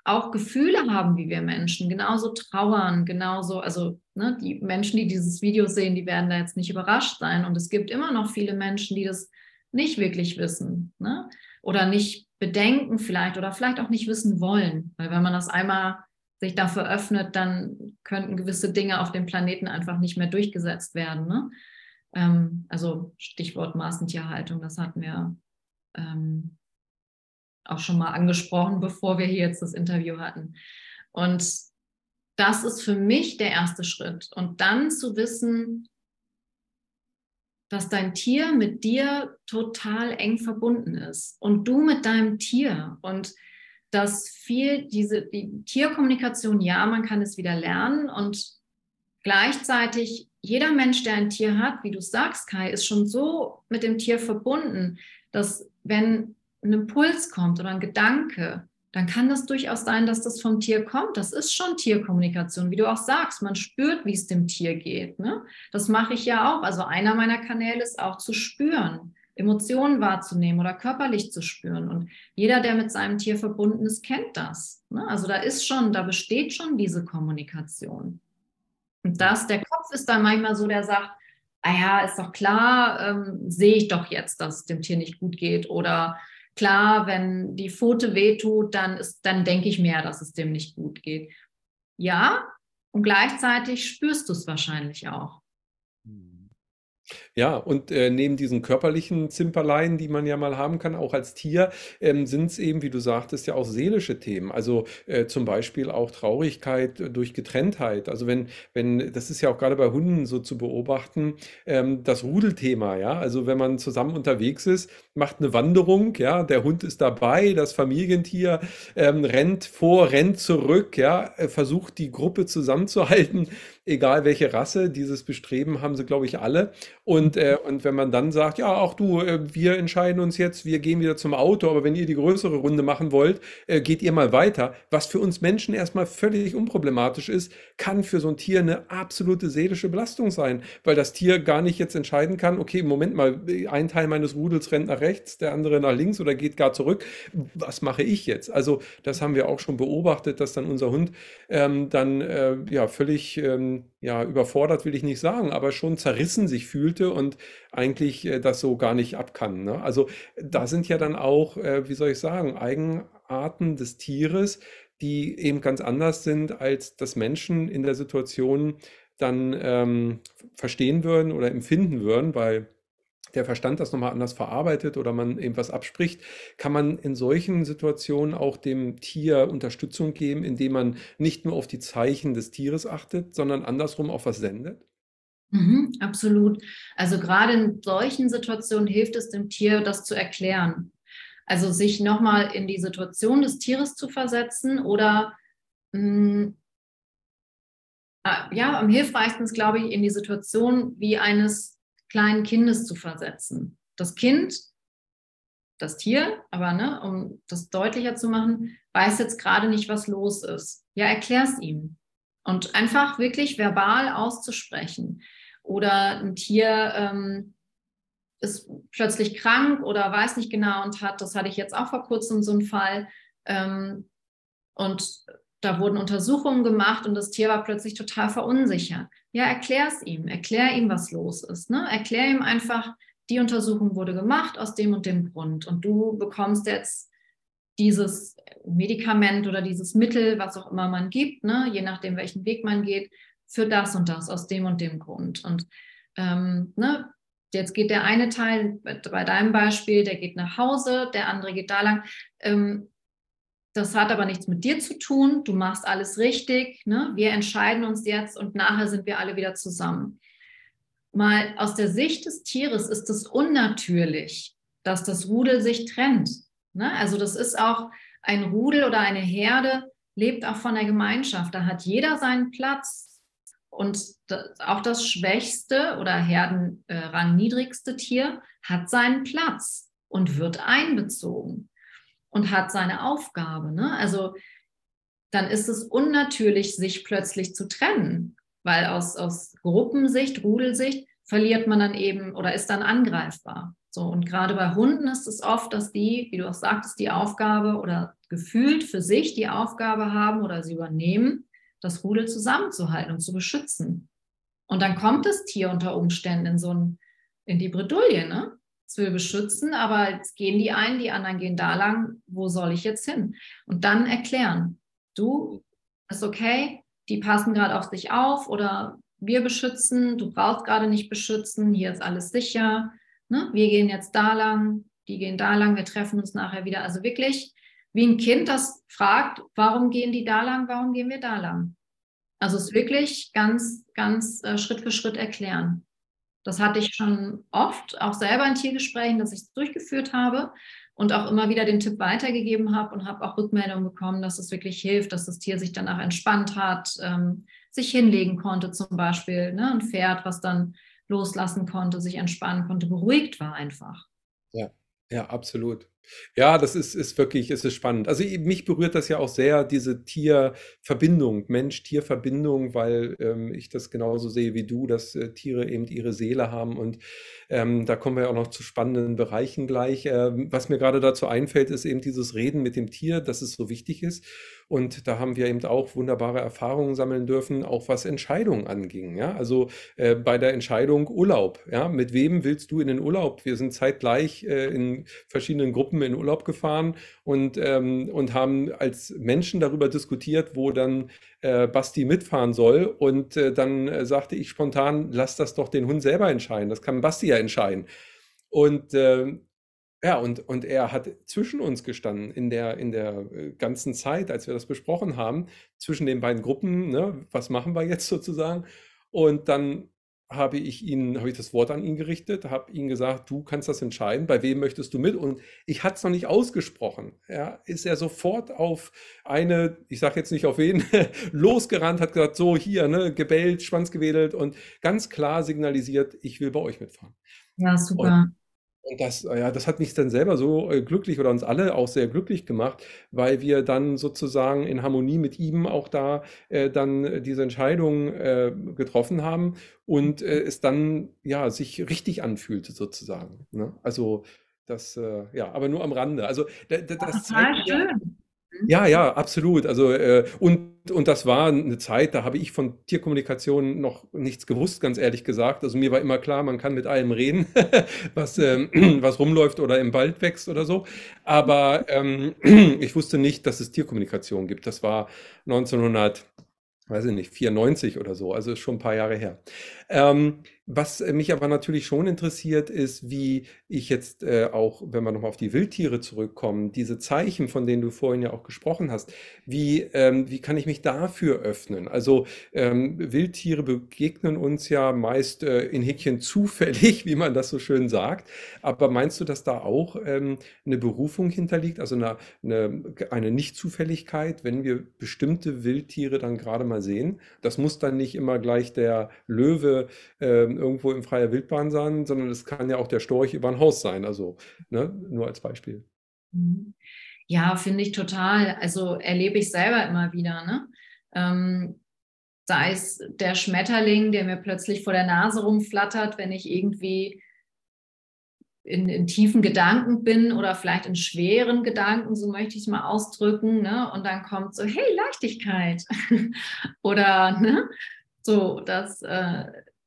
auch Gefühle haben wie wir Menschen, genauso trauern, genauso, also ne, die Menschen, die dieses Video sehen, die werden da jetzt nicht überrascht sein. Und es gibt immer noch viele Menschen, die das nicht wirklich wissen, ne? Oder nicht bedenken vielleicht oder vielleicht auch nicht wissen wollen. Weil wenn man das einmal sich dafür öffnet, dann könnten gewisse Dinge auf dem Planeten einfach nicht mehr durchgesetzt werden, ne? Ähm, also Stichwort Massentierhaltung, das hatten wir ähm, auch schon mal angesprochen, bevor wir hier jetzt das Interview hatten. Und das ist für mich der erste Schritt. Und dann zu wissen, dass dein Tier mit dir total eng verbunden ist und du mit deinem Tier. Und dass viel diese die Tierkommunikation, ja, man kann es wieder lernen und gleichzeitig jeder Mensch, der ein Tier hat, wie du sagst, Kai, ist schon so mit dem Tier verbunden, dass wenn ein Impuls kommt oder ein Gedanke, dann kann das durchaus sein, dass das vom Tier kommt. Das ist schon Tierkommunikation, wie du auch sagst. Man spürt, wie es dem Tier geht, ne? Das mache ich ja auch. Also einer meiner Kanäle ist auch zu spüren, Emotionen wahrzunehmen oder körperlich zu spüren. Und jeder, der mit seinem Tier verbunden ist, kennt das, ne? Also da ist schon, da besteht schon diese Kommunikation. Und das, der Kopf ist dann manchmal so, der sagt, ah ja, ist doch klar, ähm, sehe ich doch jetzt, dass es dem Tier nicht gut geht. Oder klar, wenn die Pfote wehtut, dann, ist, dann denke ich mehr, dass es dem nicht gut geht. Ja, und gleichzeitig spürst du es wahrscheinlich auch. Ja, und äh, neben diesen körperlichen Zimperleien, die man ja mal haben kann, auch als Tier, ähm, sind es eben, wie du sagtest, ja auch seelische Themen. Also äh, zum Beispiel auch Traurigkeit äh, durch Getrenntheit. Also wenn, wenn, das ist ja auch gerade bei Hunden so zu beobachten, ähm, das Rudelthema, ja. Also wenn man zusammen unterwegs ist, macht eine Wanderung, ja, der Hund ist dabei, das Familientier ähm, rennt vor, rennt zurück, ja, äh, versucht die Gruppe zusammenzuhalten, egal welche Rasse. Dieses Bestreben haben sie, glaube ich, alle. Und, äh, und wenn man dann sagt, ja, auch du, äh, wir entscheiden uns jetzt, wir gehen wieder zum Auto, aber wenn ihr die größere Runde machen wollt, äh, geht ihr mal weiter. Was für uns Menschen erstmal völlig unproblematisch ist, kann für so ein Tier eine absolute seelische Belastung sein, weil das Tier gar nicht jetzt entscheiden kann, okay, Moment mal, ein Teil meines Rudels rennt nach rechts, der andere nach links oder geht gar zurück. Was mache ich jetzt? Also das haben wir auch schon beobachtet, dass dann unser Hund ähm, dann äh, ja völlig ähm, ja, überfordert will ich nicht sagen, aber schon zerrissen sich fühlte und eigentlich äh, das so gar nicht ab kann, ne? Also da sind ja dann auch, äh, wie soll ich sagen, Eigenarten des Tieres, die eben ganz anders sind, als das Menschen in der Situation dann ähm, verstehen würden oder empfinden würden, weil der Verstand das nochmal anders verarbeitet oder man eben was abspricht, kann man in solchen Situationen auch dem Tier Unterstützung geben, indem man nicht nur auf die Zeichen des Tieres achtet, sondern andersrum auch was sendet? Mhm, absolut. Also gerade in solchen Situationen hilft es dem Tier, das zu erklären. Also sich nochmal in die Situation des Tieres zu versetzen oder mh, ja, am hilfreichsten ist, glaube ich, in die Situation wie eines kleinen Kindes zu versetzen. Das Kind, das Tier, aber ne, um das deutlicher zu machen, weiß jetzt gerade nicht, was los ist. Ja, erklär's ihm. Und einfach wirklich verbal auszusprechen. Oder ein Tier ähm, ist plötzlich krank oder weiß nicht genau und hat, das hatte ich jetzt auch vor kurzem so einen Fall, ähm, und da wurden Untersuchungen gemacht und das Tier war plötzlich total verunsichert. Ja, erklär es ihm, erklär ihm, was los ist, ne? Erklär ihm einfach, die Untersuchung wurde gemacht aus dem und dem Grund und du bekommst jetzt dieses Medikament oder dieses Mittel, was auch immer man gibt, ne? Je nachdem, welchen Weg man geht, für das und das aus dem und dem Grund. Und ähm, ne? Jetzt geht der eine Teil, bei deinem Beispiel, der geht nach Hause, der andere geht da lang. Ähm, Das hat aber nichts mit dir zu tun. Du machst alles richtig, ne? Wir entscheiden uns jetzt und nachher sind wir alle wieder zusammen. Mal aus der Sicht des Tieres ist es unnatürlich, dass das Rudel sich trennt, ne? Also das ist auch ein Rudel oder eine Herde, lebt auch von der Gemeinschaft. Da hat jeder seinen Platz. Und das, auch das schwächste oder herdenrangniedrigste Tier hat seinen Platz und wird einbezogen und hat seine Aufgabe, ne? Also dann ist es unnatürlich, sich plötzlich zu trennen, weil aus, aus Gruppensicht, Rudelsicht verliert man dann eben oder ist dann angreifbar. So, und gerade bei Hunden ist es oft, dass die, wie du auch sagtest, die Aufgabe oder gefühlt für sich die Aufgabe haben oder sie übernehmen, das Rudel zusammenzuhalten und zu beschützen. Und dann kommt das Tier unter Umständen in so ein, in die Bredouille, ne? Es will beschützen, aber jetzt gehen die einen, die anderen gehen da lang, wo soll ich jetzt hin? Und dann erklären, du, ist okay, die passen gerade auf dich auf oder wir beschützen, du brauchst gerade nicht beschützen, hier ist alles sicher, ne? Wir gehen jetzt da lang, die gehen da lang, wir treffen uns nachher wieder. Also wirklich wie ein Kind, das fragt, warum gehen die da lang, warum gehen wir da lang? Also es wirklich ganz, ganz äh, Schritt für Schritt erklären. Das hatte ich schon oft, auch selber in Tiergesprächen, dass ich es durchgeführt habe und auch immer wieder den Tipp weitergegeben habe und habe auch Rückmeldungen bekommen, dass es wirklich hilft, dass das Tier sich danach entspannt hat, ähm, sich hinlegen konnte zum Beispiel, ne? Ein Pferd, was dann loslassen konnte, sich entspannen konnte, beruhigt war einfach. Ja, ja, absolut. Ja, das ist, ist wirklich, es ist spannend. Also i- mich berührt das ja auch sehr, diese Tierverbindung, Mensch-Tier-Verbindung, weil ähm, ich das genauso sehe wie du, dass äh, Tiere eben ihre Seele haben und ähm, da kommen wir ja auch noch zu spannenden Bereichen gleich. Ähm, was mir gerade dazu einfällt, ist eben dieses Reden mit dem Tier, dass es so wichtig ist. Und da haben wir eben auch wunderbare Erfahrungen sammeln dürfen, auch was Entscheidungen anging. Ja? Also äh, bei der Entscheidung Urlaub. Ja? Mit wem willst du in den Urlaub? Wir sind zeitgleich äh, in verschiedenen Gruppen in Urlaub gefahren und, ähm, und haben als Menschen darüber diskutiert, wo dann äh, Basti mitfahren soll. Und äh, dann äh, sagte ich spontan, lass das doch den Hund selber entscheiden. Das kann Basti ja entscheiden. Und ähm, ja, und, und er hat zwischen uns gestanden in der, in der äh, ganzen Zeit, als wir das besprochen haben, zwischen den beiden Gruppen, ne, was machen wir jetzt sozusagen? Und dann habe ich ihn, habe ich das Wort an ihn gerichtet, habe ihm gesagt, du kannst das entscheiden, bei wem möchtest du mit? Und ich hatte es noch nicht ausgesprochen. Ja, ist er sofort auf eine, ich sage jetzt nicht auf wen, losgerannt, hat gesagt, so hier, ne, gebellt, Schwanz gewedelt und ganz klar signalisiert, ich will bei euch mitfahren. Ja, Und super. und das, äh, ja, das hat mich dann selber so äh, glücklich oder uns alle auch sehr glücklich gemacht, weil wir dann sozusagen in Harmonie mit ihm auch da äh, dann äh, diese Entscheidung äh, getroffen haben und äh, es dann ja sich richtig anfühlte sozusagen. Ne? Also das, äh, ja, aber nur am Rande. Also da, da, das Total zeigt mir, schön. ja, ja, absolut. Also, äh, und, und das war eine Zeit, da habe ich von Tierkommunikation noch nichts gewusst, ganz ehrlich gesagt. Also mir war immer klar, man kann mit allem reden, was, ähm, was rumläuft oder im Wald wächst oder so. Aber ähm, ich wusste nicht, dass es Tierkommunikation gibt. Das war neunzehnhundert, weiß ich nicht, vierundneunzig oder so, also ist schon ein paar Jahre her. Ähm, was äh, mich aber natürlich schon interessiert, ist, wie ich jetzt äh, auch, wenn wir nochmal auf die Wildtiere zurückkommen, diese Zeichen, von denen du vorhin ja auch gesprochen hast, wie, ähm, wie kann ich mich dafür öffnen? Also ähm, Wildtiere begegnen uns ja meist äh, in Häkchen zufällig, wie man das so schön sagt. Aber meinst du, dass da auch ähm, eine Berufung hinterliegt, also eine, eine, eine Nicht-Zufälligkeit, wenn wir bestimmte Wildtiere dann gerade mal sehen? Das muss dann nicht immer gleich der Löwe ähm, irgendwo in freier Wildbahn sein, sondern es kann ja auch der Storch über ein Haus sein. Also, ne, nur als Beispiel. Mhm. Ja, finde ich total. Also erlebe ich selber immer wieder, ne? Ähm, sei es der Schmetterling, der mir plötzlich vor der Nase rumflattert, wenn ich irgendwie in, in tiefen Gedanken bin oder vielleicht in schweren Gedanken, so möchte ich es mal ausdrücken, ne? Und dann kommt so, hey, Leichtigkeit. Oder, ne? So, das, äh,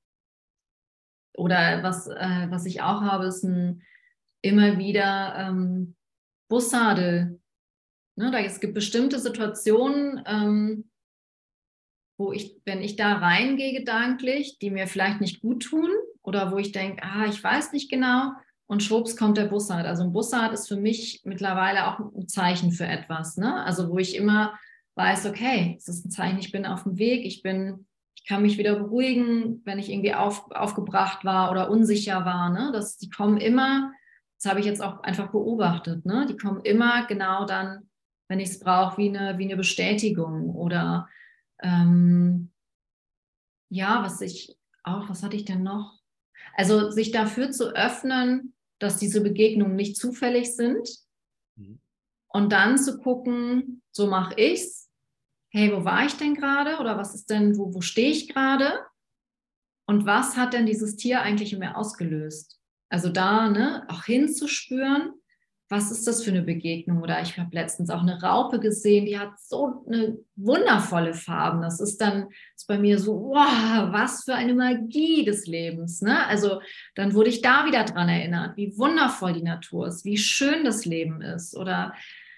oder was, äh, was ich auch habe, ist ein immer wieder ähm, Bussardel. Ne? Da, es gibt bestimmte Situationen, ähm, wo ich, wenn ich da reingehe gedanklich, die mir vielleicht nicht gut tun oder wo ich denke, ah, ich weiß nicht genau, und schwupps kommt der Bussard. Also ein Bussard ist für mich mittlerweile auch ein Zeichen für etwas. Ne? Also wo ich immer weiß, okay, es ist ein Zeichen, ich bin auf dem Weg, ich bin, ich kann mich wieder beruhigen, wenn ich irgendwie auf, aufgebracht war oder unsicher war. Ne? Das, die kommen immer, das habe ich jetzt auch einfach beobachtet, ne? Die kommen immer genau dann, wenn ich es brauche, wie eine, wie eine Bestätigung oder ähm, ja, was ich auch, was hatte ich denn noch? Also sich dafür zu öffnen, dass diese Begegnungen nicht zufällig sind Mhm. und dann zu gucken, so mache ich's. Hey, wo war ich denn gerade? Oder was ist denn, wo, wo stehe ich gerade? Und was hat denn dieses Tier eigentlich in mir ausgelöst? Also da, ne, auch hinzuspüren, was ist das für eine Begegnung? Oder ich habe letztens auch eine Raupe gesehen, die hat so eine wundervolle Farben. Das ist dann ist bei mir so, wow, was für eine Magie des Lebens. Ne? Also dann wurde ich da wieder dran erinnert, wie wundervoll die Natur ist, wie schön das Leben ist. Oder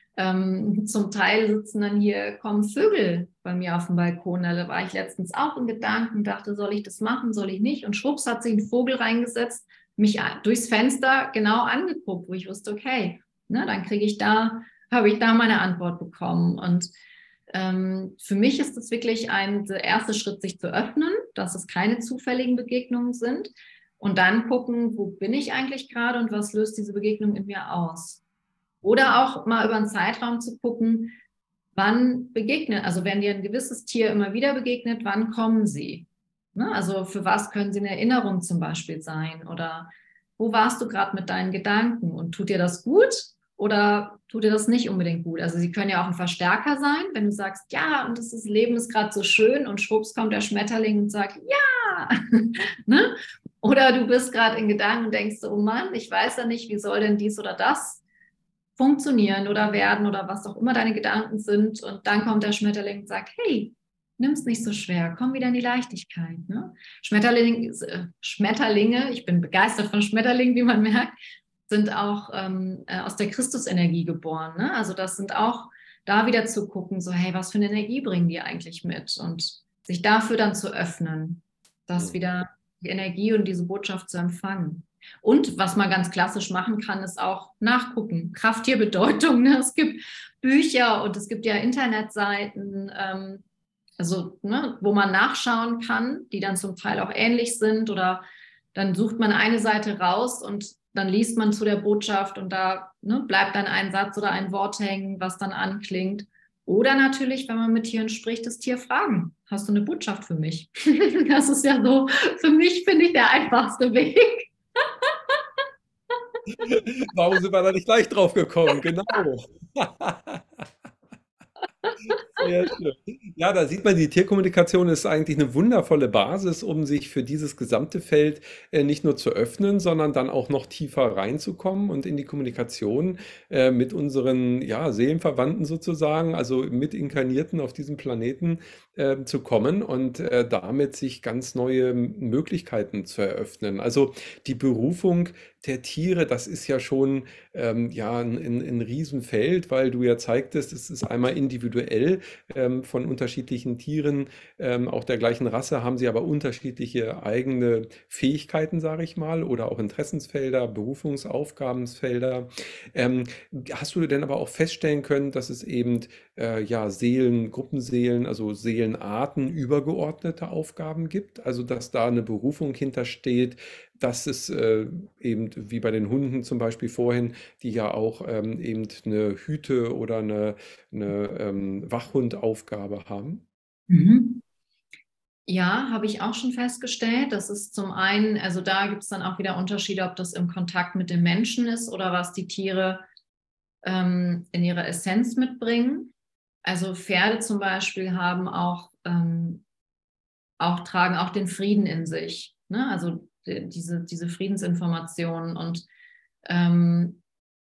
ähm, zum Teil sitzen dann hier, kommen Vögel bei mir auf dem Balkon. Da war ich letztens auch in Gedanken, dachte, soll ich das machen, soll ich nicht? Und schwupps hat sich ein Vogel reingesetzt, mich durchs Fenster genau angeguckt, wo ich wusste, okay, ne, dann kriege ich da, habe ich da meine Antwort bekommen. Und ähm, für mich ist es wirklich ein der erste Schritt, sich zu öffnen, dass es keine zufälligen Begegnungen sind und dann gucken, wo bin ich eigentlich gerade und was löst diese Begegnung in mir aus. Oder auch mal über einen Zeitraum zu gucken, wann begegnet, also wenn dir ein gewisses Tier immer wieder begegnet, wann kommen sie? Ne? Also für was können sie eine Erinnerung zum Beispiel sein? Oder wo warst du gerade mit deinen Gedanken? Und tut dir das gut oder tut dir das nicht unbedingt gut? Also sie können ja auch ein Verstärker sein, wenn du sagst, ja, und das ist, Leben ist gerade so schön und schwupps kommt der Schmetterling und sagt, ja. Ne? Oder du bist gerade in Gedanken und denkst, oh Mann, ich weiß ja nicht, wie soll denn dies oder das funktionieren oder werden oder was auch immer deine Gedanken sind. Und dann kommt der Schmetterling und sagt, hey, nimm's nicht so schwer, komm wieder in die Leichtigkeit. Ne? Schmetterling, äh, Schmetterlinge, ich bin begeistert von Schmetterlingen, wie man merkt, sind auch ähm, äh, aus der Christusenergie geboren. Ne? Also das sind auch, da wieder zu gucken, so hey, was für eine Energie bringen die eigentlich mit? Und sich dafür dann zu öffnen, das wieder die Energie und diese Botschaft zu empfangen. Und was man ganz klassisch machen kann, ist auch nachgucken. Krafttierbedeutung. Ne? Es gibt Bücher und es gibt ja Internetseiten, ähm, also, ne, wo man nachschauen kann, die dann zum Teil auch ähnlich sind. Oder dann sucht man eine Seite raus und dann liest man zu der Botschaft und da ne, bleibt dann ein Satz oder ein Wort hängen, was dann anklingt. Oder natürlich, wenn man mit Tieren spricht, das Tier fragen. Hast du eine Botschaft für mich? Das ist ja so, für mich finde ich der einfachste Weg. Warum sind wir da nicht gleich drauf gekommen? Genau. Sehr schön. Ja, da sieht man, die Tierkommunikation ist eigentlich eine wundervolle Basis, um sich für dieses gesamte Feld äh, nicht nur zu öffnen, sondern dann auch noch tiefer reinzukommen und in die Kommunikation äh, mit unseren ja, Seelenverwandten sozusagen, also mit Inkarnierten auf diesem Planeten äh, zu kommen und äh, damit sich ganz neue Möglichkeiten zu eröffnen. Also die Berufung der Tiere, das ist ja schon ähm, ja, ein, ein, ein Riesenfeld, weil du ja zeigtest, es ist einmal individuell ähm, von unterschiedlichen Tieren, ähm, auch der gleichen Rasse, haben sie aber unterschiedliche eigene Fähigkeiten, sage ich mal, oder auch Interessensfelder, Berufungsaufgabensfelder. Ähm, hast du denn aber auch feststellen können, dass es eben äh, ja, Seelen, Gruppenseelen, also Seelenarten übergeordnete Aufgaben gibt? Also dass da eine Berufung hintersteht, dass es äh, eben wie bei den Hunden zum Beispiel vorhin, die ja auch ähm, eben eine Hüte- oder eine, eine ähm, Wachhundaufgabe haben. Mhm. Ja, habe ich auch schon festgestellt. Das ist zum einen, also da gibt es dann auch wieder Unterschiede, ob das im Kontakt mit dem Menschen ist oder was die Tiere ähm, in ihrer Essenz mitbringen. Also Pferde zum Beispiel haben auch, ähm, auch tragen auch den Frieden in sich. Ne? Also die, diese, diese Friedensinformationen. Und ähm,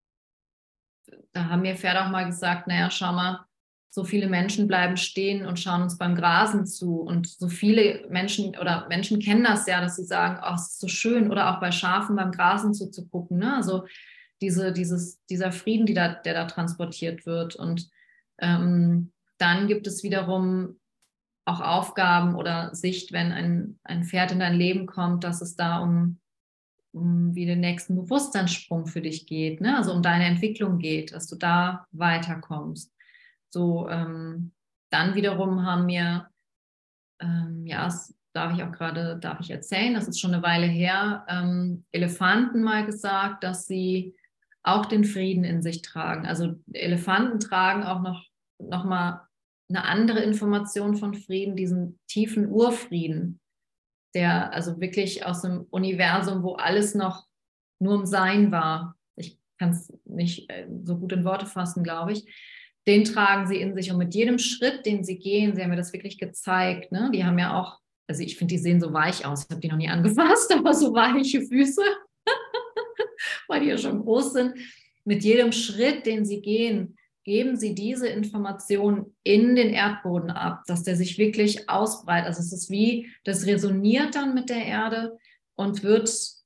da haben mir Pferde auch mal gesagt, naja, schau mal, so viele Menschen bleiben stehen und schauen uns beim Grasen zu. Und so viele Menschen oder Menschen kennen das ja, dass sie sagen, oh, es ist so schön. Oder auch bei Schafen beim Grasen zuzugucken. Ne? Also diese, dieses, dieser Frieden, die da, der da transportiert wird. Und ähm, dann gibt es wiederum auch Aufgaben oder Sicht, wenn ein, ein Pferd in dein Leben kommt, dass es da um, um wie den nächsten Bewusstseinssprung für dich geht, ne? Also um deine Entwicklung geht, dass du da weiterkommst. So, ähm, dann wiederum haben wir, ähm, ja, das darf ich auch gerade, darf ich erzählen, das ist schon eine Weile her, ähm, Elefanten mal gesagt, dass sie auch den Frieden in sich tragen. Also Elefanten tragen auch noch, noch mal eine andere Information von Frieden, diesen tiefen Urfrieden, der also wirklich aus dem Universum, wo alles noch nur im Sein war. Ich kann es nicht so gut in Worte fassen, glaube ich. Den tragen sie in sich und mit jedem Schritt, den sie gehen, sie haben mir das wirklich gezeigt. Ne? Die haben ja auch, also ich finde, die sehen so weich aus. Ich habe die noch nie angefasst, aber so weiche Füße, weil die ja schon groß sind. mit jedem Schritt, den sie gehen, geben sie diese Information in den Erdboden ab, dass der sich wirklich ausbreitet. Also es ist wie, das resoniert dann mit der Erde und wird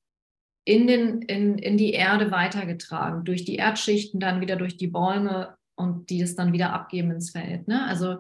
in, den, in, in die Erde weitergetragen, durch die Erdschichten, dann wieder durch die Bäume und die es dann wieder abgeben ins Feld. Ne? Also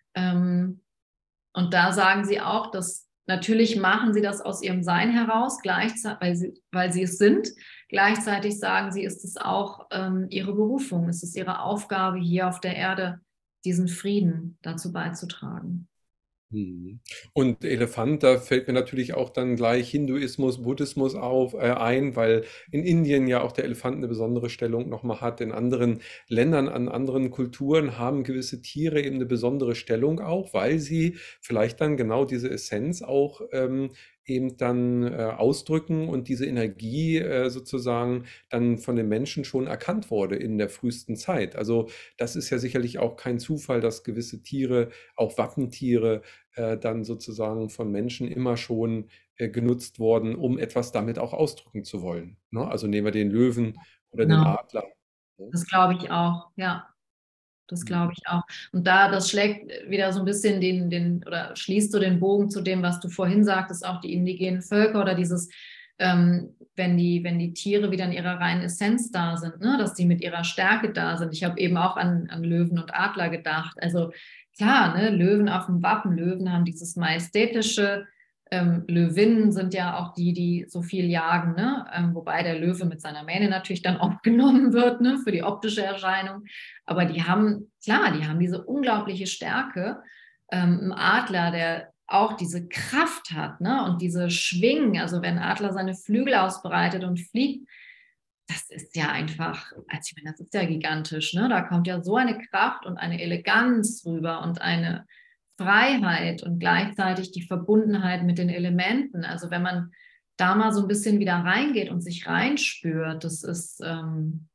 ähm, und da sagen sie auch, dass natürlich machen sie das aus ihrem Sein heraus, gleichzeitig, weil sie, weil sie es sind. Gleichzeitig sagen sie, ist es auch ähm, ihre Berufung, ist es ihre Aufgabe, hier auf der Erde diesen Frieden dazu beizutragen. Mhm. Und Elefant, da fällt mir natürlich auch dann gleich Hinduismus, Buddhismus auf, äh, ein, weil in Indien ja auch der Elefant eine besondere Stellung nochmal hat. In anderen Ländern, an anderen Kulturen haben gewisse Tiere eben eine besondere Stellung auch, weil sie vielleicht dann genau diese Essenz auch ähm, eben dann äh, ausdrücken und diese Energie äh, sozusagen dann von den Menschen schon erkannt wurde in der frühesten Zeit. Also das ist ja sicherlich auch kein Zufall, dass gewisse Tiere, auch Wappentiere, äh, dann sozusagen von Menschen immer schon äh, genutzt worden, um etwas damit auch ausdrücken zu wollen. Ne? Also nehmen wir den Löwen oder den Genau, Adler. Ne? das glaube ich auch, ja. Das glaube ich auch. Und da, das schlägt wieder so ein bisschen den, den, oder schließt so den Bogen zu dem, was du vorhin sagtest, auch die indigenen Völker oder dieses, ähm, wenn die, wenn die Tiere wieder in ihrer reinen Essenz da sind, ne, dass die mit ihrer Stärke da sind. Ich habe eben auch an, an Löwen und Adler gedacht. Also klar, ne, Löwen auf dem Wappen, Löwen haben dieses majestätische, ähm, Löwinnen sind ja auch die, die so viel jagen, ne? Ähm, wobei der Löwe mit seiner Mähne natürlich dann oft genommen wird, ne, für die optische Erscheinung. Aber die haben, klar, die haben diese unglaubliche Stärke. Ähm, ein Adler, der auch diese Kraft hat, ne? Und diese Schwingen, also wenn ein Adler seine Flügel ausbreitet und fliegt, das ist ja einfach, also ich meine, das ist ja gigantisch, ne? Da kommt ja so eine Kraft und eine Eleganz rüber und eine Freiheit und gleichzeitig die Verbundenheit mit den Elementen. Also wenn man da mal so ein bisschen wieder reingeht und sich reinspürt, das ist, ähm,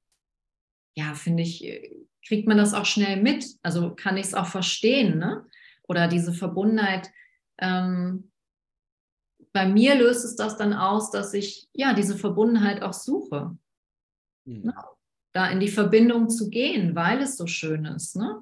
ja, finde ich, kriegt man das auch schnell mit. Also kann ich es auch verstehen, ne? Oder diese Verbundenheit. Ähm, bei mir löst es das dann aus, dass ich ja diese Verbundenheit auch suche, ne? Mhm. Da in die Verbindung zu gehen, weil es so schön ist, ne?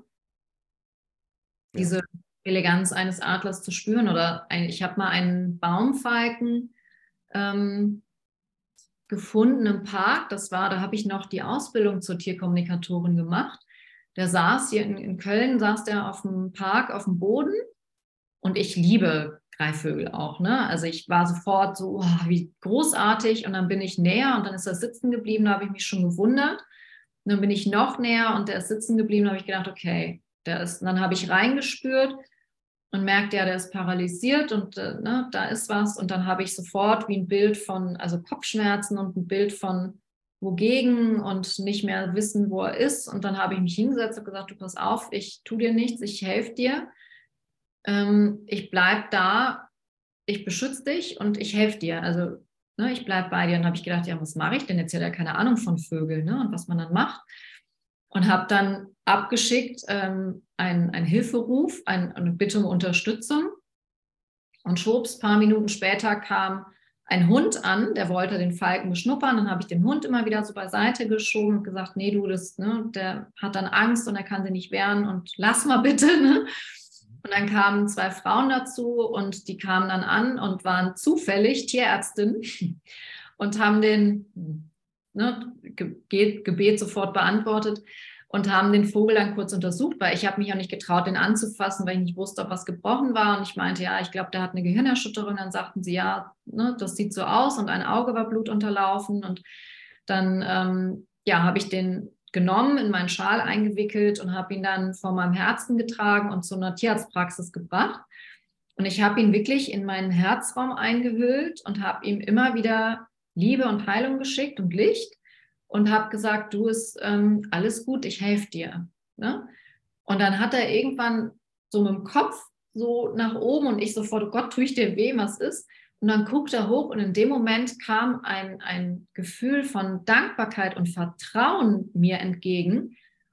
Ja. Diese Eleganz eines Adlers zu spüren. Oder ein, ich habe mal einen Baumfalken ähm, gefunden im Park. Das war, da habe ich noch die Ausbildung zur Tierkommunikatorin gemacht. Der saß hier in, in Köln, saß der auf dem Park, auf dem Boden. Und ich liebe Greifvögel auch, ne? Also ich war sofort so, oh, wie großartig. Und dann bin ich näher und dann ist er sitzen geblieben. Da habe ich mich schon gewundert. Und dann bin ich noch näher und der ist sitzen geblieben. Da habe ich gedacht, okay, der ist. Und dann habe ich reingespürt und merkte, ja, der ist paralysiert und äh, ne, da ist was. Und dann habe ich sofort wie ein Bild von, also Kopfschmerzen und ein Bild von wogegen und nicht mehr wissen, wo er ist. Und dann habe ich mich hingesetzt und gesagt, du pass auf, ich tue dir nichts, ich helfe dir. Ähm, ich bleibe da, ich beschütze dich und ich helfe dir. Also ne, ich bleibe bei dir. Und dann habe ich gedacht, ja, was mache ich denn jetzt? Ja, der keine Ahnung von Vögeln, ne? Und was man dann macht. Und habe dann abgeschickt ähm, einen, einen Hilferuf, ein, eine Bitte um Unterstützung. Und schwupps, ein paar Minuten später kam ein Hund an, der wollte den Falken beschnuppern. Dann habe ich den Hund immer wieder so beiseite geschoben und gesagt, nee, du, das, ne, der hat dann Angst und er kann sich nicht wehren und lass mal bitte. Ne? Und dann kamen zwei Frauen dazu und die kamen dann an und waren zufällig Tierärztinnen und haben den ne, Ge- Gebet sofort beantwortet und haben den Vogel dann kurz untersucht, weil ich habe mich auch nicht getraut, den anzufassen, weil ich nicht wusste, ob was gebrochen war. Und ich meinte, ja, ich glaube, der hat eine Gehirnerschütterung. Dann sagten sie, ja, ne, das sieht so aus und ein Auge war blutunterlaufen. Und dann ähm, ja, habe ich den genommen, in meinen Schal eingewickelt und habe ihn dann vor meinem Herzen getragen und zu einer Tierarztpraxis gebracht. Und ich habe ihn wirklich in meinen Herzraum eingehüllt und habe ihm immer wieder Liebe und Heilung geschickt und Licht und habe gesagt, du, ist ähm, alles gut, ich helfe dir. Ne? Und dann hat er irgendwann so mit dem Kopf so nach oben und ich sofort, oh Gott, tue ich dir weh, was ist? Und dann guckt er hoch und in dem Moment kam ein, ein Gefühl von Dankbarkeit und Vertrauen mir entgegen.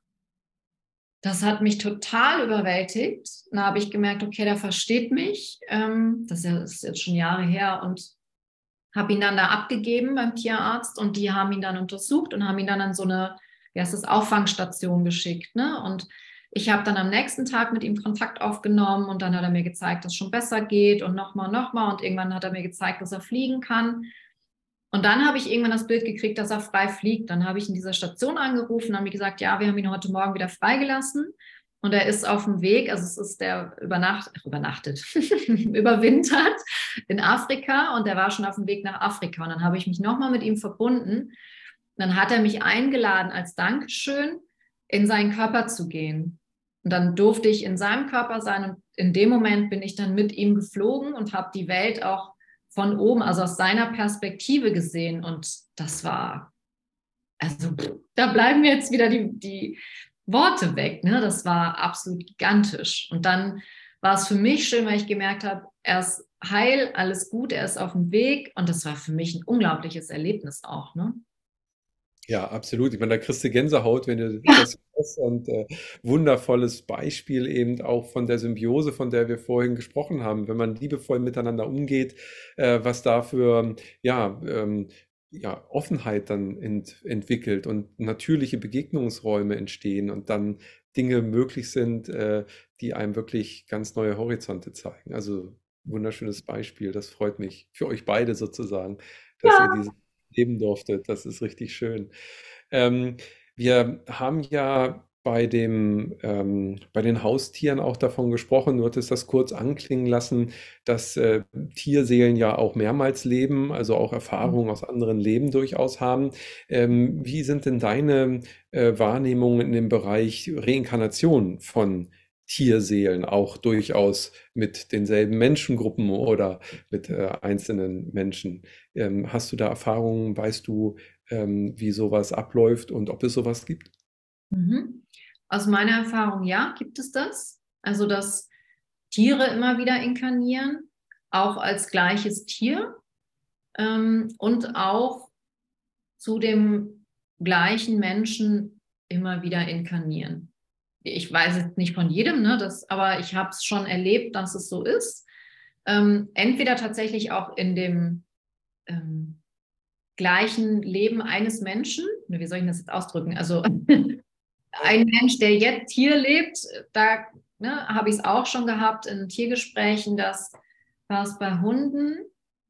Das hat mich total überwältigt. Da habe ich gemerkt, okay, der versteht mich. Ähm, das ist jetzt schon Jahre her und habe ihn dann da abgegeben beim Tierarzt und die haben ihn dann untersucht und haben ihn dann an so eine wie heißt das, Auffangstation geschickt, ne? Und ich habe dann am nächsten Tag mit ihm Kontakt aufgenommen und dann hat er mir gezeigt, dass es schon besser geht und nochmal, nochmal und irgendwann hat er mir gezeigt, dass er fliegen kann. Und dann habe ich irgendwann das Bild gekriegt, dass er frei fliegt. Dann habe ich in dieser Station angerufen und habe mir gesagt, ja, wir haben ihn heute Morgen wieder freigelassen und er ist auf dem Weg, also es ist der übernacht, übernachtet, überwintert in Afrika und er war schon auf dem Weg nach Afrika. Und dann habe ich mich nochmal mit ihm verbunden. Dann hat er mich eingeladen, als Dankeschön in seinen Körper zu gehen. Und dann durfte ich in seinem Körper sein und in dem Moment bin ich dann mit ihm geflogen und habe die Welt auch von oben, also aus seiner Perspektive gesehen. Und das war, also da bleiben mir jetzt wieder die, die Worte weg. Ne? Das war absolut gigantisch. Und dann war es für mich schön, weil ich gemerkt habe, er ist heil, alles gut, er ist auf dem Weg. Und das war für mich ein unglaubliches Erlebnis auch. Ne? Ja, absolut. Ich meine, da kriegst du Gänsehaut, wenn du das hörst und äh, wundervolles Beispiel eben auch von der Symbiose, von der wir vorhin gesprochen haben, wenn man liebevoll miteinander umgeht, äh, was da für ja, ähm, ja, Offenheit dann ent entwickelt und natürliche Begegnungsräume entstehen und dann Dinge möglich sind, äh, die einem wirklich ganz neue Horizonte zeigen. Also wunderschönes Beispiel, das freut mich für euch beide sozusagen, dass ihr Ja. diese leben durftet. Das ist richtig schön. Ähm, wir haben ja bei dem, ähm, bei den Haustieren auch davon gesprochen, du hattest das kurz anklingen lassen, dass äh, Tierseelen ja auch mehrmals leben, also auch Erfahrungen aus anderen Leben durchaus haben. Ähm, wie sind denn deine äh, Wahrnehmungen in dem Bereich Reinkarnation von Tierseelen, auch durchaus mit denselben Menschengruppen oder mit äh, einzelnen Menschen? Ähm, hast du da Erfahrungen? Weißt du, ähm, wie sowas abläuft und ob es sowas gibt? Mhm. Aus meiner Erfahrung, ja, gibt es das. Also, dass Tiere immer wieder inkarnieren, auch als gleiches Tier ähm, und auch zu dem gleichen Menschen immer wieder inkarnieren. Ich weiß jetzt nicht von jedem, ne, das, aber ich habe es schon erlebt, dass es so ist. Ähm, entweder tatsächlich auch in dem ähm, gleichen Leben eines Menschen, wie soll ich das jetzt ausdrücken? Also ein Mensch, der jetzt hier lebt, da ne, habe ich es auch schon gehabt in Tiergesprächen, das war es bei Hunden.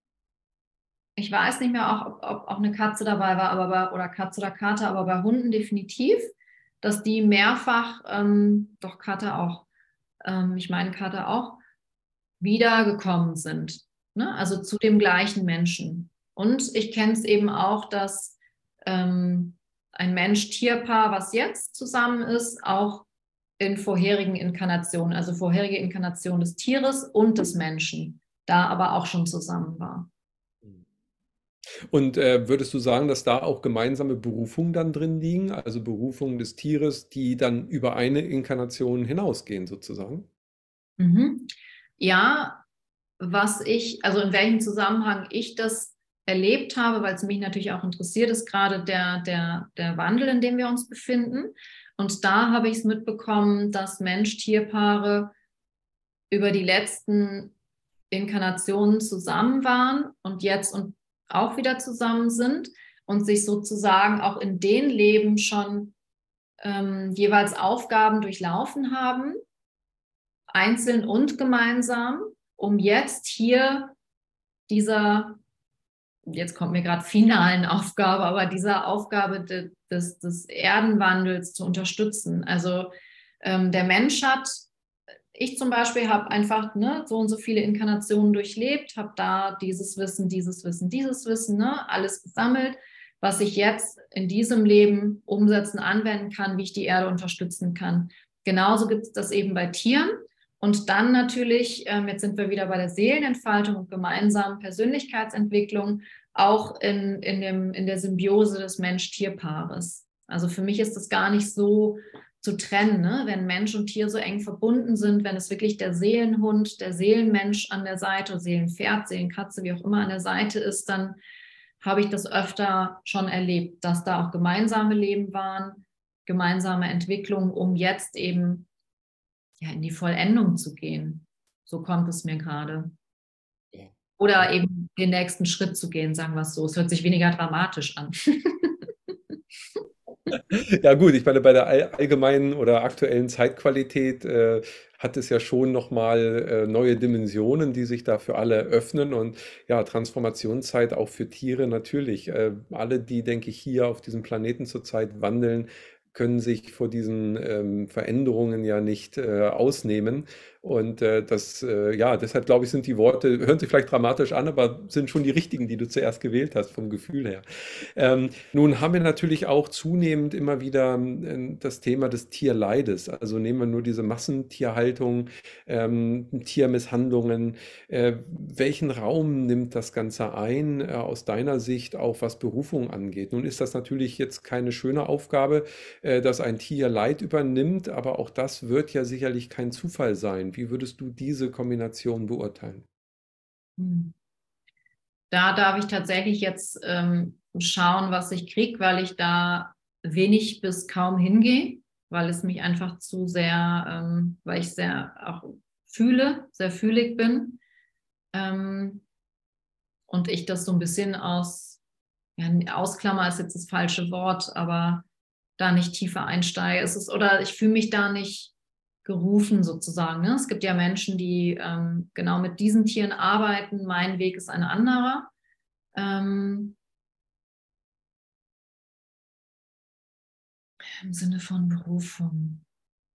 Ich weiß nicht mehr, auch, ob, ob auch eine Katze dabei war, aber bei, oder Katze oder Kater, aber bei Hunden definitiv, dass die mehrfach, ähm, doch Kater auch, ähm, ich meine Kater auch, wiedergekommen sind. Ne? Also zu dem gleichen Menschen. Und ich kenne es eben auch, dass ähm, ein Mensch-Tier-Paar, was jetzt zusammen ist, auch in vorherigen Inkarnationen, also vorherige Inkarnation des Tieres und des Menschen, da aber auch schon zusammen war. Und äh, würdest du sagen, dass da auch gemeinsame Berufungen dann drin liegen, also Berufungen des Tieres, die dann über eine Inkarnation hinausgehen, sozusagen? Mhm. Ja, was ich, also in welchem Zusammenhang ich das erlebt habe, weil es mich natürlich auch interessiert, ist gerade der, der, der Wandel, in dem wir uns befinden. Und da habe ich es mitbekommen, dass Mensch-Tier-Paare über die letzten Inkarnationen zusammen waren und jetzt und auch wieder zusammen sind und sich sozusagen auch in den Leben schon ähm, jeweils Aufgaben durchlaufen haben, einzeln und gemeinsam, um jetzt hier dieser, jetzt kommt mir gerade finalen Aufgabe, aber dieser Aufgabe de, des, des Erdenwandels zu unterstützen. Also ähm, der Mensch hat, ich zum Beispiel habe einfach ne, so und so viele Inkarnationen durchlebt, habe da dieses Wissen, dieses Wissen, dieses Wissen, ne, alles gesammelt, was ich jetzt in diesem Leben umsetzen, anwenden kann, wie ich die Erde unterstützen kann. Genauso gibt es das eben bei Tieren. Und dann natürlich, ähm, jetzt sind wir wieder bei der Seelenentfaltung und gemeinsamen Persönlichkeitsentwicklung, auch in, in, dem, in der Symbiose des Mensch-Tier-Paares. Also für mich ist das gar nicht so zu trennen, ne? Wenn Mensch und Tier so eng verbunden sind, wenn es wirklich der Seelenhund, der Seelenmensch an der Seite, Seelenpferd, Seelenkatze, wie auch immer an der Seite ist, dann habe ich das öfter schon erlebt, dass da auch gemeinsame Leben waren, gemeinsame Entwicklung, um jetzt eben ja, in die Vollendung zu gehen. So kommt es mir gerade. Oder eben den nächsten Schritt zu gehen, sagen wir es so. Es hört sich weniger dramatisch an. Ja gut, ich meine, bei der all allgemeinen oder aktuellen Zeitqualität äh, hat es ja schon nochmal äh, neue Dimensionen, die sich da für alle öffnen und ja, Transformationszeit auch für Tiere natürlich. Äh, alle, die, denke ich, hier auf diesem Planeten zurzeit wandeln, können sich vor diesen ähm, Veränderungen ja nicht äh, ausnehmen. Und äh, das, äh, ja, deshalb glaube ich, sind die Worte, hören sich vielleicht dramatisch an, aber sind schon die richtigen, die du zuerst gewählt hast, vom Gefühl her. Ähm, Nun haben wir natürlich auch zunehmend immer wieder ähm, das Thema des Tierleides. Also nehmen wir nur diese Massentierhaltung, ähm, Tiermisshandlungen. Äh, welchen Raum nimmt das Ganze ein, äh, aus deiner Sicht, auch was Berufung angeht? Nun ist das natürlich jetzt keine schöne Aufgabe, äh, dass ein Tier Leid übernimmt, aber auch das wird ja sicherlich kein Zufall sein. Wie würdest du diese Kombination beurteilen? Hm. Da darf ich tatsächlich jetzt ähm, schauen, was ich kriege, weil ich da wenig bis kaum hingehe, weil es mich einfach zu sehr, ähm, weil ich sehr auch fühle, sehr fühlig bin. Ähm, und ich das so ein bisschen aus, ja, ausklammer ist jetzt das falsche Wort, aber da nicht tiefer einsteige. Es ist, oder ich fühle mich da nicht gerufen sozusagen. Ne? Es gibt ja Menschen, die ähm, genau mit diesen Tieren arbeiten. Mein Weg ist ein anderer. Ähm, Im Sinne von Berufung.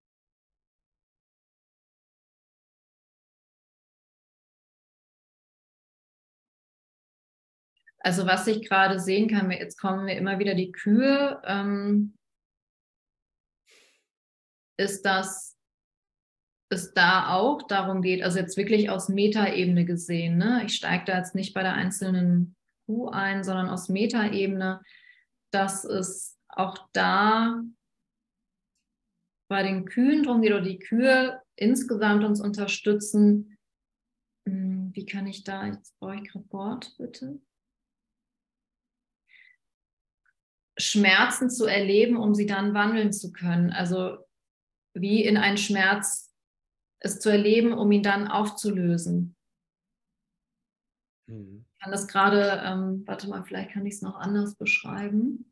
Also was ich gerade sehen kann, jetzt kommen mir immer wieder die Kühe, ähm, ist, dass es da auch darum geht, also jetzt wirklich aus Metaebene gesehen, ne? Ich steige da jetzt nicht bei der einzelnen Kuh ein, sondern aus Metaebene, dass es auch da bei den Kühen drum geht oder die Kühe insgesamt uns unterstützen. Hm, wie kann ich da, jetzt brauche ich gerade Wort, bitte. Schmerzen zu erleben, um sie dann wandeln zu können. Also wie in einen Schmerz es zu erleben, um ihn dann aufzulösen. Mhm. Ich kann das gerade, ähm, warte mal, vielleicht kann ich es noch anders beschreiben.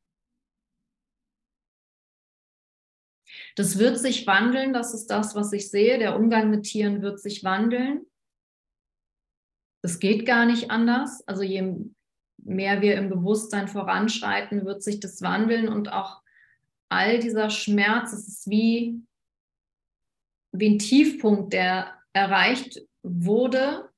Das wird sich wandeln, das ist das, was ich sehe. Der Umgang mit Tieren wird sich wandeln. Das geht gar nicht anders. Also je mehr wir im Bewusstsein voranschreiten, wird sich das wandeln und auch all dieser Schmerz, es ist wie, wie ein Tiefpunkt, der erreicht wurde,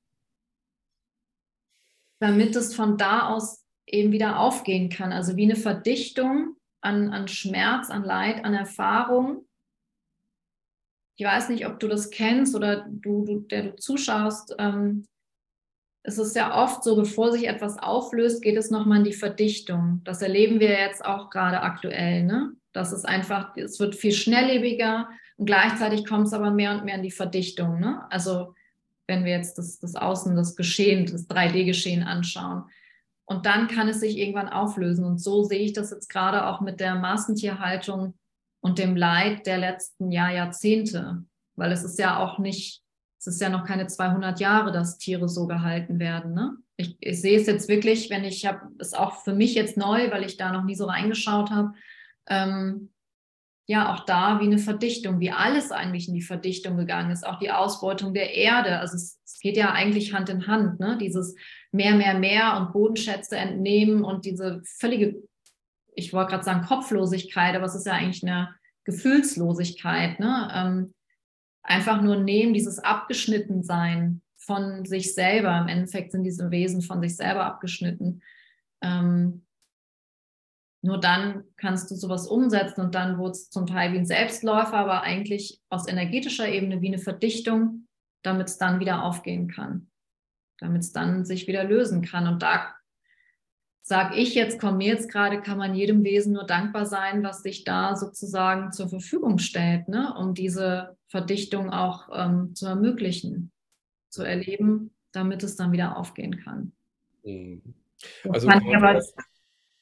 damit es von da aus eben wieder aufgehen kann. Also wie eine Verdichtung an, an Schmerz, an Leid, an Erfahrung. Ich weiß nicht, ob du das kennst oder du, du der du zuschaust. Ähm, es ist ja oft so, bevor sich etwas auflöst, geht es nochmal in die Verdichtung. Das erleben wir jetzt auch gerade aktuell, ne? Das ist einfach, es wird viel schnelllebiger und gleichzeitig kommt es aber mehr und mehr in die Verdichtung, ne? Also wenn wir jetzt das, das Außen, das Geschehen, das drei D-Geschehen anschauen. Und dann kann es sich irgendwann auflösen. Und so sehe ich das jetzt gerade auch mit der Massentierhaltung und dem Leid der letzten Jahr, Jahrzehnte. Weil es ist ja auch nicht, es ist ja noch keine zweihundert Jahre, dass Tiere so gehalten werden. Ne? Ich, ich sehe es jetzt wirklich, wenn ich habe, ist auch für mich jetzt neu, weil ich da noch nie so reingeschaut habe. Ähm, ja, auch da wie eine Verdichtung, wie alles eigentlich in die Verdichtung gegangen ist, auch die Ausbeutung der Erde. Also es, es geht ja eigentlich Hand in Hand, ne? Dieses mehr, mehr, mehr und Bodenschätze entnehmen und diese völlige, ich wollte gerade sagen Kopflosigkeit, aber es ist ja eigentlich eine Gefühlslosigkeit, ne? Ähm, einfach nur nehmen, dieses Abgeschnittensein von sich selber. Im Endeffekt sind diese Wesen von sich selber abgeschnitten. Ähm, Nur dann kannst du sowas umsetzen und dann wurde es zum Teil wie ein Selbstläufer, aber eigentlich aus energetischer Ebene wie eine Verdichtung, damit es dann wieder aufgehen kann, damit es dann sich wieder lösen kann. Und da sage ich jetzt, kommt mir jetzt gerade, kann man jedem Wesen nur dankbar sein, was sich da sozusagen zur Verfügung stellt, ne? Um diese Verdichtung auch ähm, zu ermöglichen, zu erleben, damit es dann wieder aufgehen kann. Mhm. Das Also kann ich quasi aber auch,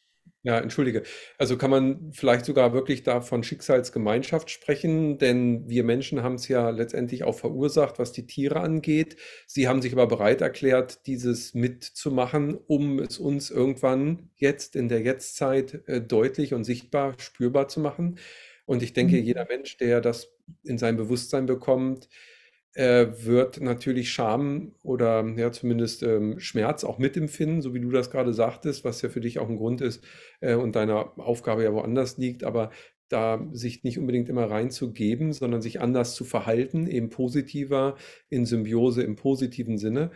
Ja, entschuldige. Also kann man vielleicht sogar wirklich da von Schicksalsgemeinschaft sprechen, denn wir Menschen haben es ja letztendlich auch verursacht, was die Tiere angeht. Sie haben sich aber bereit erklärt, dieses mitzumachen, um es uns irgendwann jetzt in der Jetztzeit äh, deutlich und sichtbar spürbar zu machen. Und ich denke, jeder Mhm. Mensch, der das in sein Bewusstsein bekommt, äh, wird natürlich Scham oder ja zumindest ähm, Schmerz auch mitempfinden, so wie du das gerade sagtest, was ja für dich auch ein Grund ist äh, und deine Aufgabe ja woanders liegt, aber da sich nicht unbedingt immer reinzugeben, sondern sich anders zu verhalten, eben positiver, in Symbiose im positiven Sinne.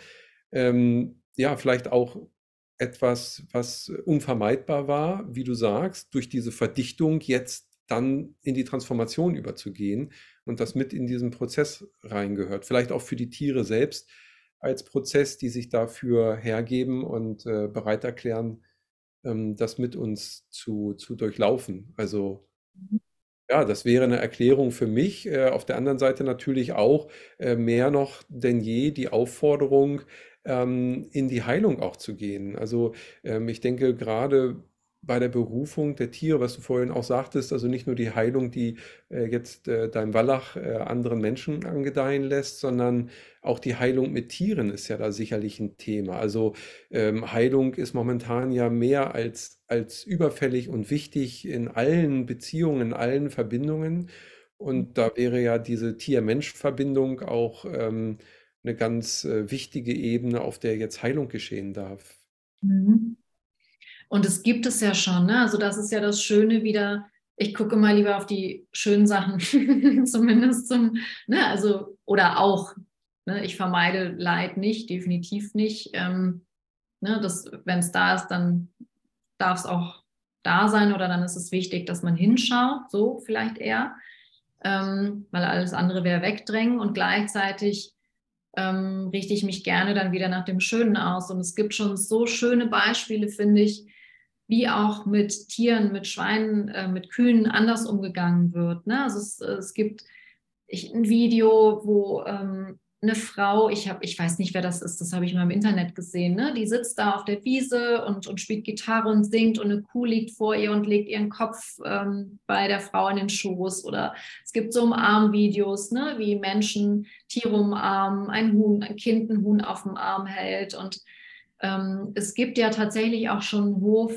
Ähm, ja, vielleicht auch etwas, was unvermeidbar war, wie du sagst, durch diese Verdichtung jetzt dann in die Transformation überzugehen und das mit in diesen Prozess reingehört. Vielleicht auch für die Tiere selbst als Prozess, die sich dafür hergeben und äh, bereit erklären, ähm, das mit uns zu, zu durchlaufen. Also ja, das wäre eine Erklärung für mich. Äh, auf der anderen Seite natürlich auch äh, mehr noch denn je die Aufforderung, ähm, in die Heilung auch zu gehen. Also ähm, ich denke gerade bei der Berufung der Tiere, was du vorhin auch sagtest, also nicht nur die Heilung, die äh, jetzt äh, dein Wallach äh, anderen Menschen angedeihen lässt, sondern auch die Heilung mit Tieren ist ja da sicherlich ein Thema. Also ähm, Heilung ist momentan ja mehr als, als überfällig und wichtig in allen Beziehungen, in allen Verbindungen. Und da wäre ja diese Tier-Mensch-Verbindung auch ähm, eine ganz äh, wichtige Ebene, auf der jetzt Heilung geschehen darf. Mhm. Und es gibt es ja schon, ne? Also das ist ja das Schöne wieder. Ich gucke mal lieber auf die schönen Sachen, zumindest zum, ne? Also, oder auch, ne? Ich vermeide Leid nicht, definitiv nicht. Ähm, ne? Das, wenn es da ist, dann darf es auch da sein oder dann ist es wichtig, dass man hinschaut, so vielleicht eher, ähm, weil alles andere wäre wegdrängen und gleichzeitig ähm, richte ich mich gerne dann wieder nach dem Schönen aus. Und es gibt schon so schöne Beispiele, finde ich, wie auch mit Tieren, mit Schweinen, äh, mit Kühen anders umgegangen wird. Ne? Also es, es gibt ich, ein Video, wo ähm, eine Frau, ich habe, ich weiß nicht, wer das ist, das habe ich mal im Internet gesehen, ne? Die sitzt da auf der Wiese und, und spielt Gitarre und singt und eine Kuh liegt vor ihr und legt ihren Kopf ähm, bei der Frau in den Schoß. Oder es gibt so Umarmvideos, ne? Wie Menschen Tiere umarmen, ein Huhn, ein Kind ein Huhn auf dem Arm hält. Und ähm, es gibt ja tatsächlich auch schon einen Hof,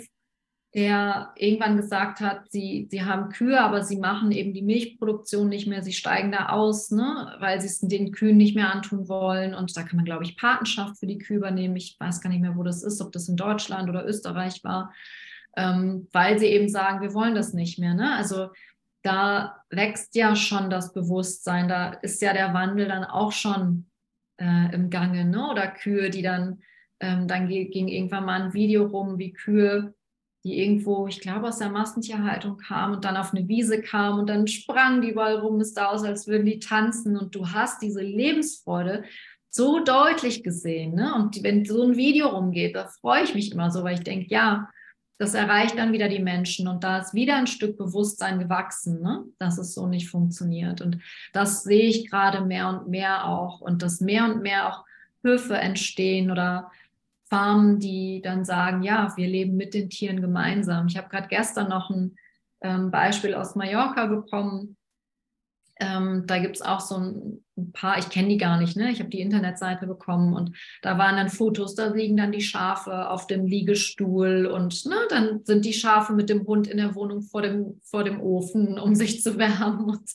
der irgendwann gesagt hat, sie, sie haben Kühe, aber sie machen eben die Milchproduktion nicht mehr, sie steigen da aus, ne, weil sie es den Kühen nicht mehr antun wollen. Und da kann man, glaube ich, Patenschaft für die Kühe übernehmen. Ich weiß gar nicht mehr, wo das ist, ob das in Deutschland oder Österreich war, ähm, weil sie eben sagen, wir wollen das nicht mehr. Ne? Also da wächst ja schon das Bewusstsein, da ist ja der Wandel dann auch schon äh, im Gange. Ne? Oder Kühe, die dann, ähm, dann ging irgendwann mal ein Video rum, wie Kühe die irgendwo, ich glaube, aus der Massentierhaltung kam und dann auf eine Wiese kam und dann sprangen die überall rum, es sah aus, als würden die tanzen und du hast diese Lebensfreude so deutlich gesehen. Ne? Und wenn so ein Video rumgeht, da freue ich mich immer so, weil ich denke, ja, das erreicht dann wieder die Menschen und da ist wieder ein Stück Bewusstsein gewachsen, ne? Dass es so nicht funktioniert. Und das sehe ich gerade mehr und mehr auch und dass mehr und mehr auch Höfe entstehen oder Farmen, die dann sagen, ja, wir leben mit den Tieren gemeinsam. Ich habe gerade gestern noch ein ähm, Beispiel aus Mallorca bekommen. Ähm, da gibt es auch so ein, ein paar, ich kenne die gar nicht, ne? Ich habe die Internetseite bekommen und da waren dann Fotos, da liegen dann die Schafe auf dem Liegestuhl und ne, dann sind die Schafe mit dem Hund in der Wohnung vor dem, vor dem Ofen, um sich zu wärmen. Und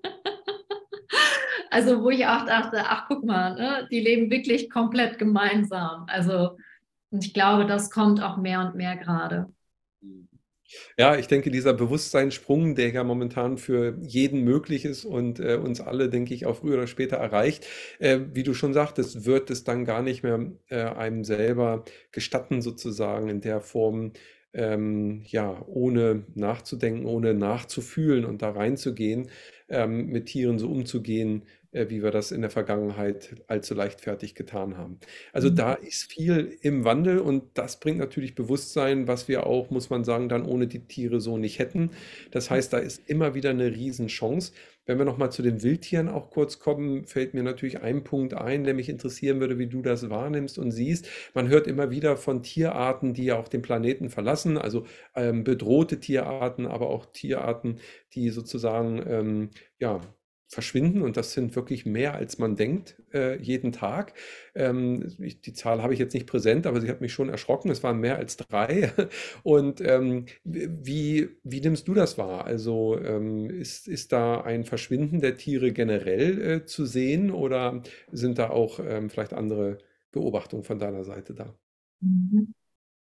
also wo ich auch dachte, ach guck mal, ne, die leben wirklich komplett gemeinsam. Also und ich glaube, das kommt auch mehr und mehr gerade. Ja, ich denke, dieser Bewusstseinssprung, der ja momentan für jeden möglich ist und äh, uns alle, denke ich, auch früher oder später erreicht, äh, wie du schon sagtest, wird es dann gar nicht mehr äh, einem selber gestatten, sozusagen in der Form, ähm, ja, ohne nachzudenken, ohne nachzufühlen und da reinzugehen, ähm, mit Tieren so umzugehen, äh, wie wir das in der Vergangenheit allzu leichtfertig getan haben. Also Mhm. da ist viel im Wandel und das bringt natürlich Bewusstsein, was wir auch, muss man sagen, dann ohne die Tiere so nicht hätten. Das heißt, da ist immer wieder eine Riesenchance. Wenn wir nochmal zu den Wildtieren auch kurz kommen, fällt mir natürlich ein Punkt ein, der mich interessieren würde, wie du das wahrnimmst und siehst. Man hört immer wieder von Tierarten, die ja auch den Planeten verlassen, also ähm, bedrohte Tierarten, aber auch Tierarten, die sozusagen ähm, ja, verschwinden und das sind wirklich mehr, als man denkt, äh, jeden Tag. Ähm, ich, die Zahl habe ich jetzt nicht präsent, aber sie hat mich schon erschrocken. Es waren mehr als drei. Und ähm, wie, wie nimmst du das wahr? Also ähm, ist, ist da ein Verschwinden der Tiere generell äh, zu sehen oder sind da auch ähm, vielleicht andere Beobachtungen von deiner Seite da? Mhm.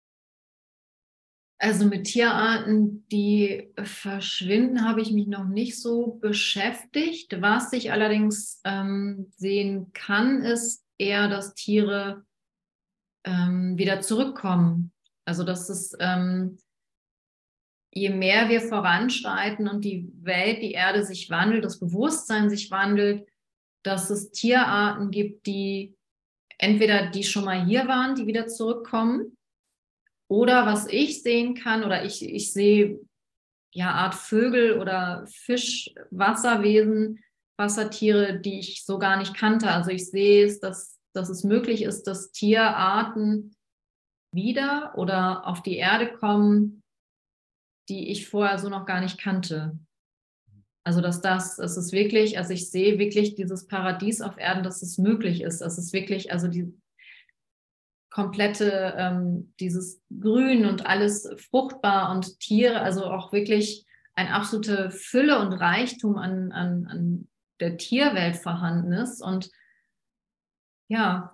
Also mit Tierarten, die verschwinden, habe ich mich noch nicht so beschäftigt. Was ich allerdings ähm, sehen kann, ist eher, dass Tiere ähm, wieder zurückkommen. Also dass es, ähm, je mehr wir voranschreiten und die Welt, die Erde sich wandelt, das Bewusstsein sich wandelt, dass es Tierarten gibt, die entweder die schon mal hier waren, die wieder zurückkommen, oder was ich sehen kann, oder ich, ich sehe ja Art Vögel oder Fisch, Wasserwesen, Wassertiere, die ich so gar nicht kannte. Also ich sehe es, dass, dass es möglich ist, dass Tierarten wieder oder auf die Erde kommen, die ich vorher so noch gar nicht kannte. Also dass das, es ist wirklich, also ich sehe wirklich dieses Paradies auf Erden, dass es möglich ist. Es ist wirklich, also die komplette, ähm, dieses Grün und alles fruchtbar und Tiere, also auch wirklich eine absolute Fülle und Reichtum an, an, an der Tierwelt vorhanden ist. Und ja,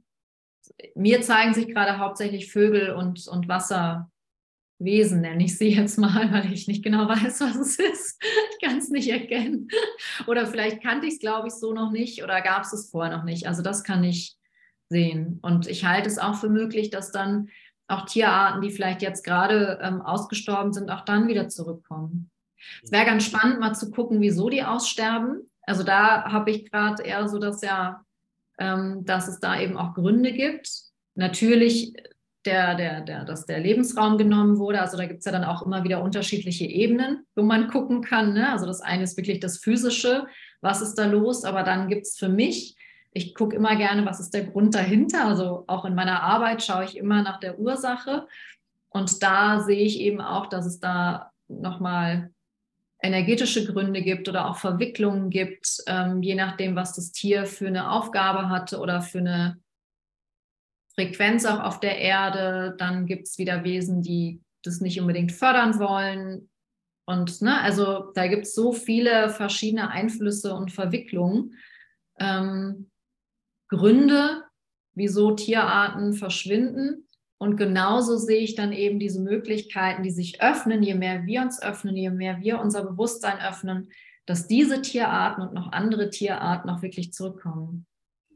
mir zeigen sich gerade hauptsächlich Vögel und, und Wasserwesen, nenne ich sie jetzt mal, weil ich nicht genau weiß, was es ist. Ich kann es nicht erkennen. Oder vielleicht kannte ich es, glaube ich, so noch nicht oder gab es es vorher noch nicht. Also das kann ich sehen. Und ich halte es auch für möglich, dass dann auch Tierarten, die vielleicht jetzt gerade ähm, ausgestorben sind, auch dann wieder zurückkommen. Es wäre ganz spannend, mal zu gucken, wieso die aussterben. Also da habe ich gerade eher so das ja, ähm, dass es da eben auch Gründe gibt. Natürlich, der, der, der, dass der Lebensraum genommen wurde. Also da gibt es ja dann auch immer wieder unterschiedliche Ebenen, wo man gucken kann. Ne? Also das eine ist wirklich das Physische, was ist da los? Aber dann gibt es für mich, ich gucke immer gerne, was ist der Grund dahinter. Also auch in meiner Arbeit schaue ich immer nach der Ursache. Und da sehe ich eben auch, dass es da nochmal energetische Gründe gibt oder auch Verwicklungen gibt, ähm, je nachdem, was das Tier für eine Aufgabe hatte oder für eine Frequenz auch auf der Erde. Dann gibt es wieder Wesen, die das nicht unbedingt fördern wollen. Und ne, also da gibt es so viele verschiedene Einflüsse und Verwicklungen, ähm, Gründe, wieso Tierarten verschwinden. Und genauso sehe ich dann eben diese Möglichkeiten, die sich öffnen, je mehr wir uns öffnen, je mehr wir unser Bewusstsein öffnen, dass diese Tierarten und noch andere Tierarten auch wirklich zurückkommen.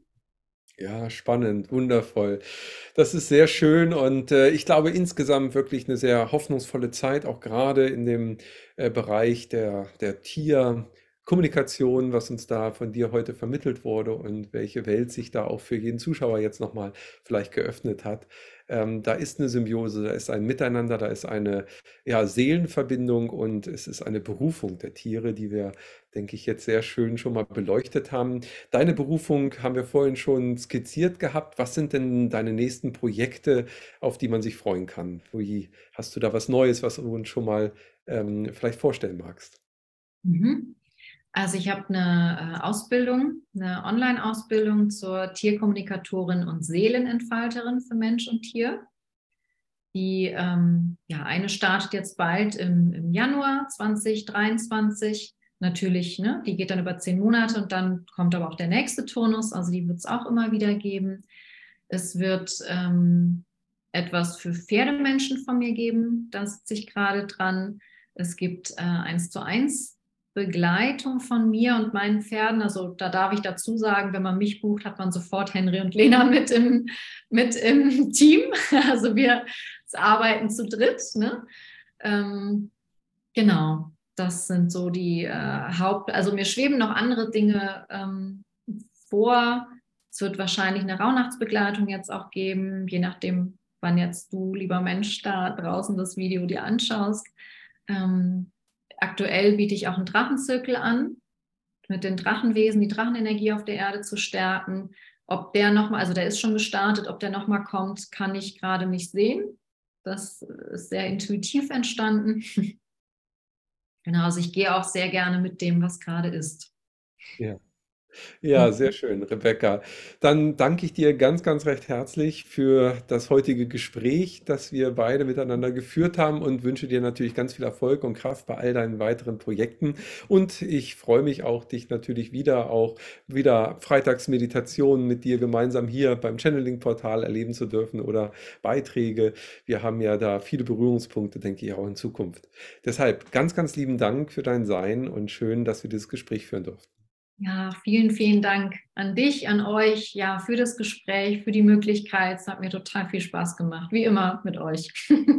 Ja, spannend, wundervoll. Das ist sehr schön und äh, ich glaube insgesamt wirklich eine sehr hoffnungsvolle Zeit, auch gerade in dem äh, Bereich der, der Tierkommunikation, was uns da von dir heute vermittelt wurde und welche Welt sich da auch für jeden Zuschauer jetzt nochmal vielleicht geöffnet hat. Ähm, da ist eine Symbiose, da ist ein Miteinander, da ist eine ja, Seelenverbindung und es ist eine Berufung der Tiere, die wir, denke ich, jetzt sehr schön schon mal beleuchtet haben. Deine Berufung haben wir vorhin schon skizziert gehabt. Was sind denn deine nächsten Projekte, auf die man sich freuen kann? Wie, hast du da was Neues, was du uns schon mal ähm, vielleicht vorstellen magst? Mhm. Also ich habe eine äh, Ausbildung, eine Online-Ausbildung zur Tierkommunikatorin und Seelenentfalterin für Mensch und Tier. Die ähm, ja, eine startet jetzt bald im, im Januar zwanzig dreiundzwanzig. Natürlich, ne, die geht dann über zehn Monate und dann kommt aber auch der nächste Turnus, also die wird es auch immer wieder geben. Es wird ähm, etwas für Pferdemenschen von mir geben, da sitze ich gerade dran. Es gibt äh, eins zu eins Begleitung von mir und meinen Pferden. Also da darf ich dazu sagen, wenn man mich bucht, hat man sofort Henry und Lena mit im, mit im Team. Also wir arbeiten zu dritt. Ne? Ähm, genau, das sind so die äh, Haupt... Also mir schweben noch andere Dinge ähm, vor. Es wird wahrscheinlich eine Rauhnachtsbegleitung jetzt auch geben, je nachdem, wann jetzt du, lieber Mensch, da draußen das Video dir anschaust. Ähm, aktuell biete ich auch einen Drachenzirkel an, mit den Drachenwesen die Drachenenergie auf der Erde zu stärken. Ob der nochmal, also der ist schon gestartet, ob der nochmal kommt, kann ich gerade nicht sehen. Das ist sehr intuitiv entstanden. Genau, also ich gehe auch sehr gerne mit dem, was gerade ist. Ja. Ja, sehr schön, Rebecca. Dann danke ich dir ganz, ganz recht herzlich für das heutige Gespräch, das wir beide miteinander geführt haben und wünsche dir natürlich ganz viel Erfolg und Kraft bei all deinen weiteren Projekten. Und ich freue mich auch, dich natürlich wieder auch wieder Freitagsmeditationen mit dir gemeinsam hier beim Channeling-Portal erleben zu dürfen oder Beiträge. Wir haben ja da viele Berührungspunkte, denke ich, auch in Zukunft. Deshalb ganz, ganz lieben Dank für dein Sein und schön, dass wir dieses Gespräch führen durften. Ja, vielen, vielen Dank an dich, an euch, ja, für das Gespräch, für die Möglichkeit. Es hat mir total viel Spaß gemacht, wie immer mit euch.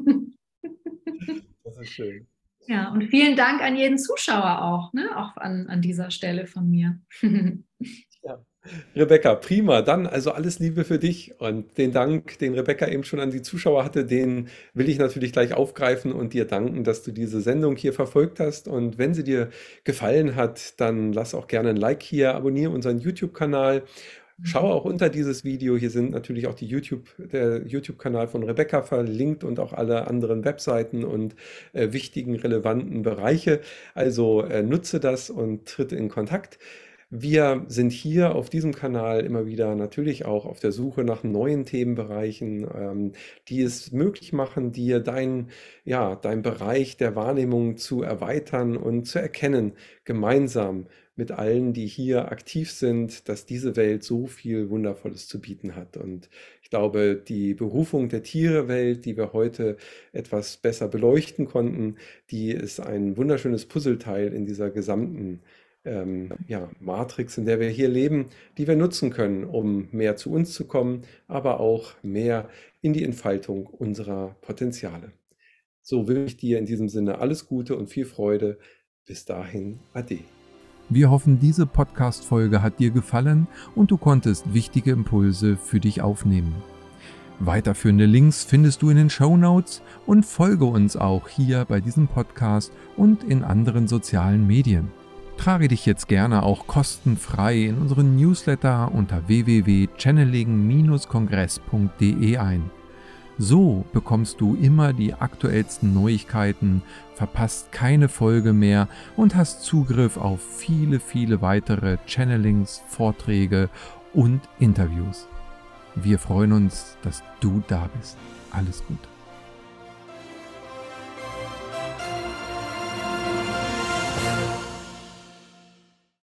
Das ist schön. Ja, und vielen Dank an jeden Zuschauer auch, ne? Auch an, an dieser Stelle von mir. Ja. Rebecca, prima. Dann also alles Liebe für dich und den Dank, den Rebecca eben schon an die Zuschauer hatte, den will ich natürlich gleich aufgreifen und dir danken, dass du diese Sendung hier verfolgt hast. Und wenn sie dir gefallen hat, dann lass auch gerne ein Like hier, abonniere unseren YouTube-Kanal. Schau auch unter dieses Video, hier sind natürlich auch die YouTube, der YouTube-Kanal von Rebecca verlinkt und auch alle anderen Webseiten und äh, wichtigen, relevanten Bereiche. Also äh, nutze das und tritt in Kontakt. Wir sind hier auf diesem Kanal immer wieder natürlich auch auf der Suche nach neuen Themenbereichen, ähm, die es möglich machen, dir dein, ja, dein Bereich der Wahrnehmung zu erweitern und zu erkennen, gemeinsam mit allen, die hier aktiv sind, dass diese Welt so viel Wundervolles zu bieten hat. Und ich glaube, die Berufung der Tierwelt, die wir heute etwas besser beleuchten konnten, die ist ein wunderschönes Puzzleteil in dieser gesamten ähm, ja, Matrix, in der wir hier leben, die wir nutzen können, um mehr zu uns zu kommen, aber auch mehr in die Entfaltung unserer Potenziale. So wünsche ich dir in diesem Sinne alles Gute und viel Freude. Bis dahin, Ade. Wir hoffen, diese Podcast-Folge hat dir gefallen und du konntest wichtige Impulse für dich aufnehmen. Weiterführende Links findest du in den Shownotes und folge uns auch hier bei diesem Podcast und in anderen sozialen Medien. Trage dich jetzt gerne auch kostenfrei in unseren Newsletter unter w w w punkt channeling Bindestrich kongress punkt d e ein. So bekommst du immer die aktuellsten Neuigkeiten, verpasst keine Folge mehr und hast Zugriff auf viele, viele weitere Channelings, Vorträge und Interviews. Wir freuen uns, dass du da bist. Alles Gute.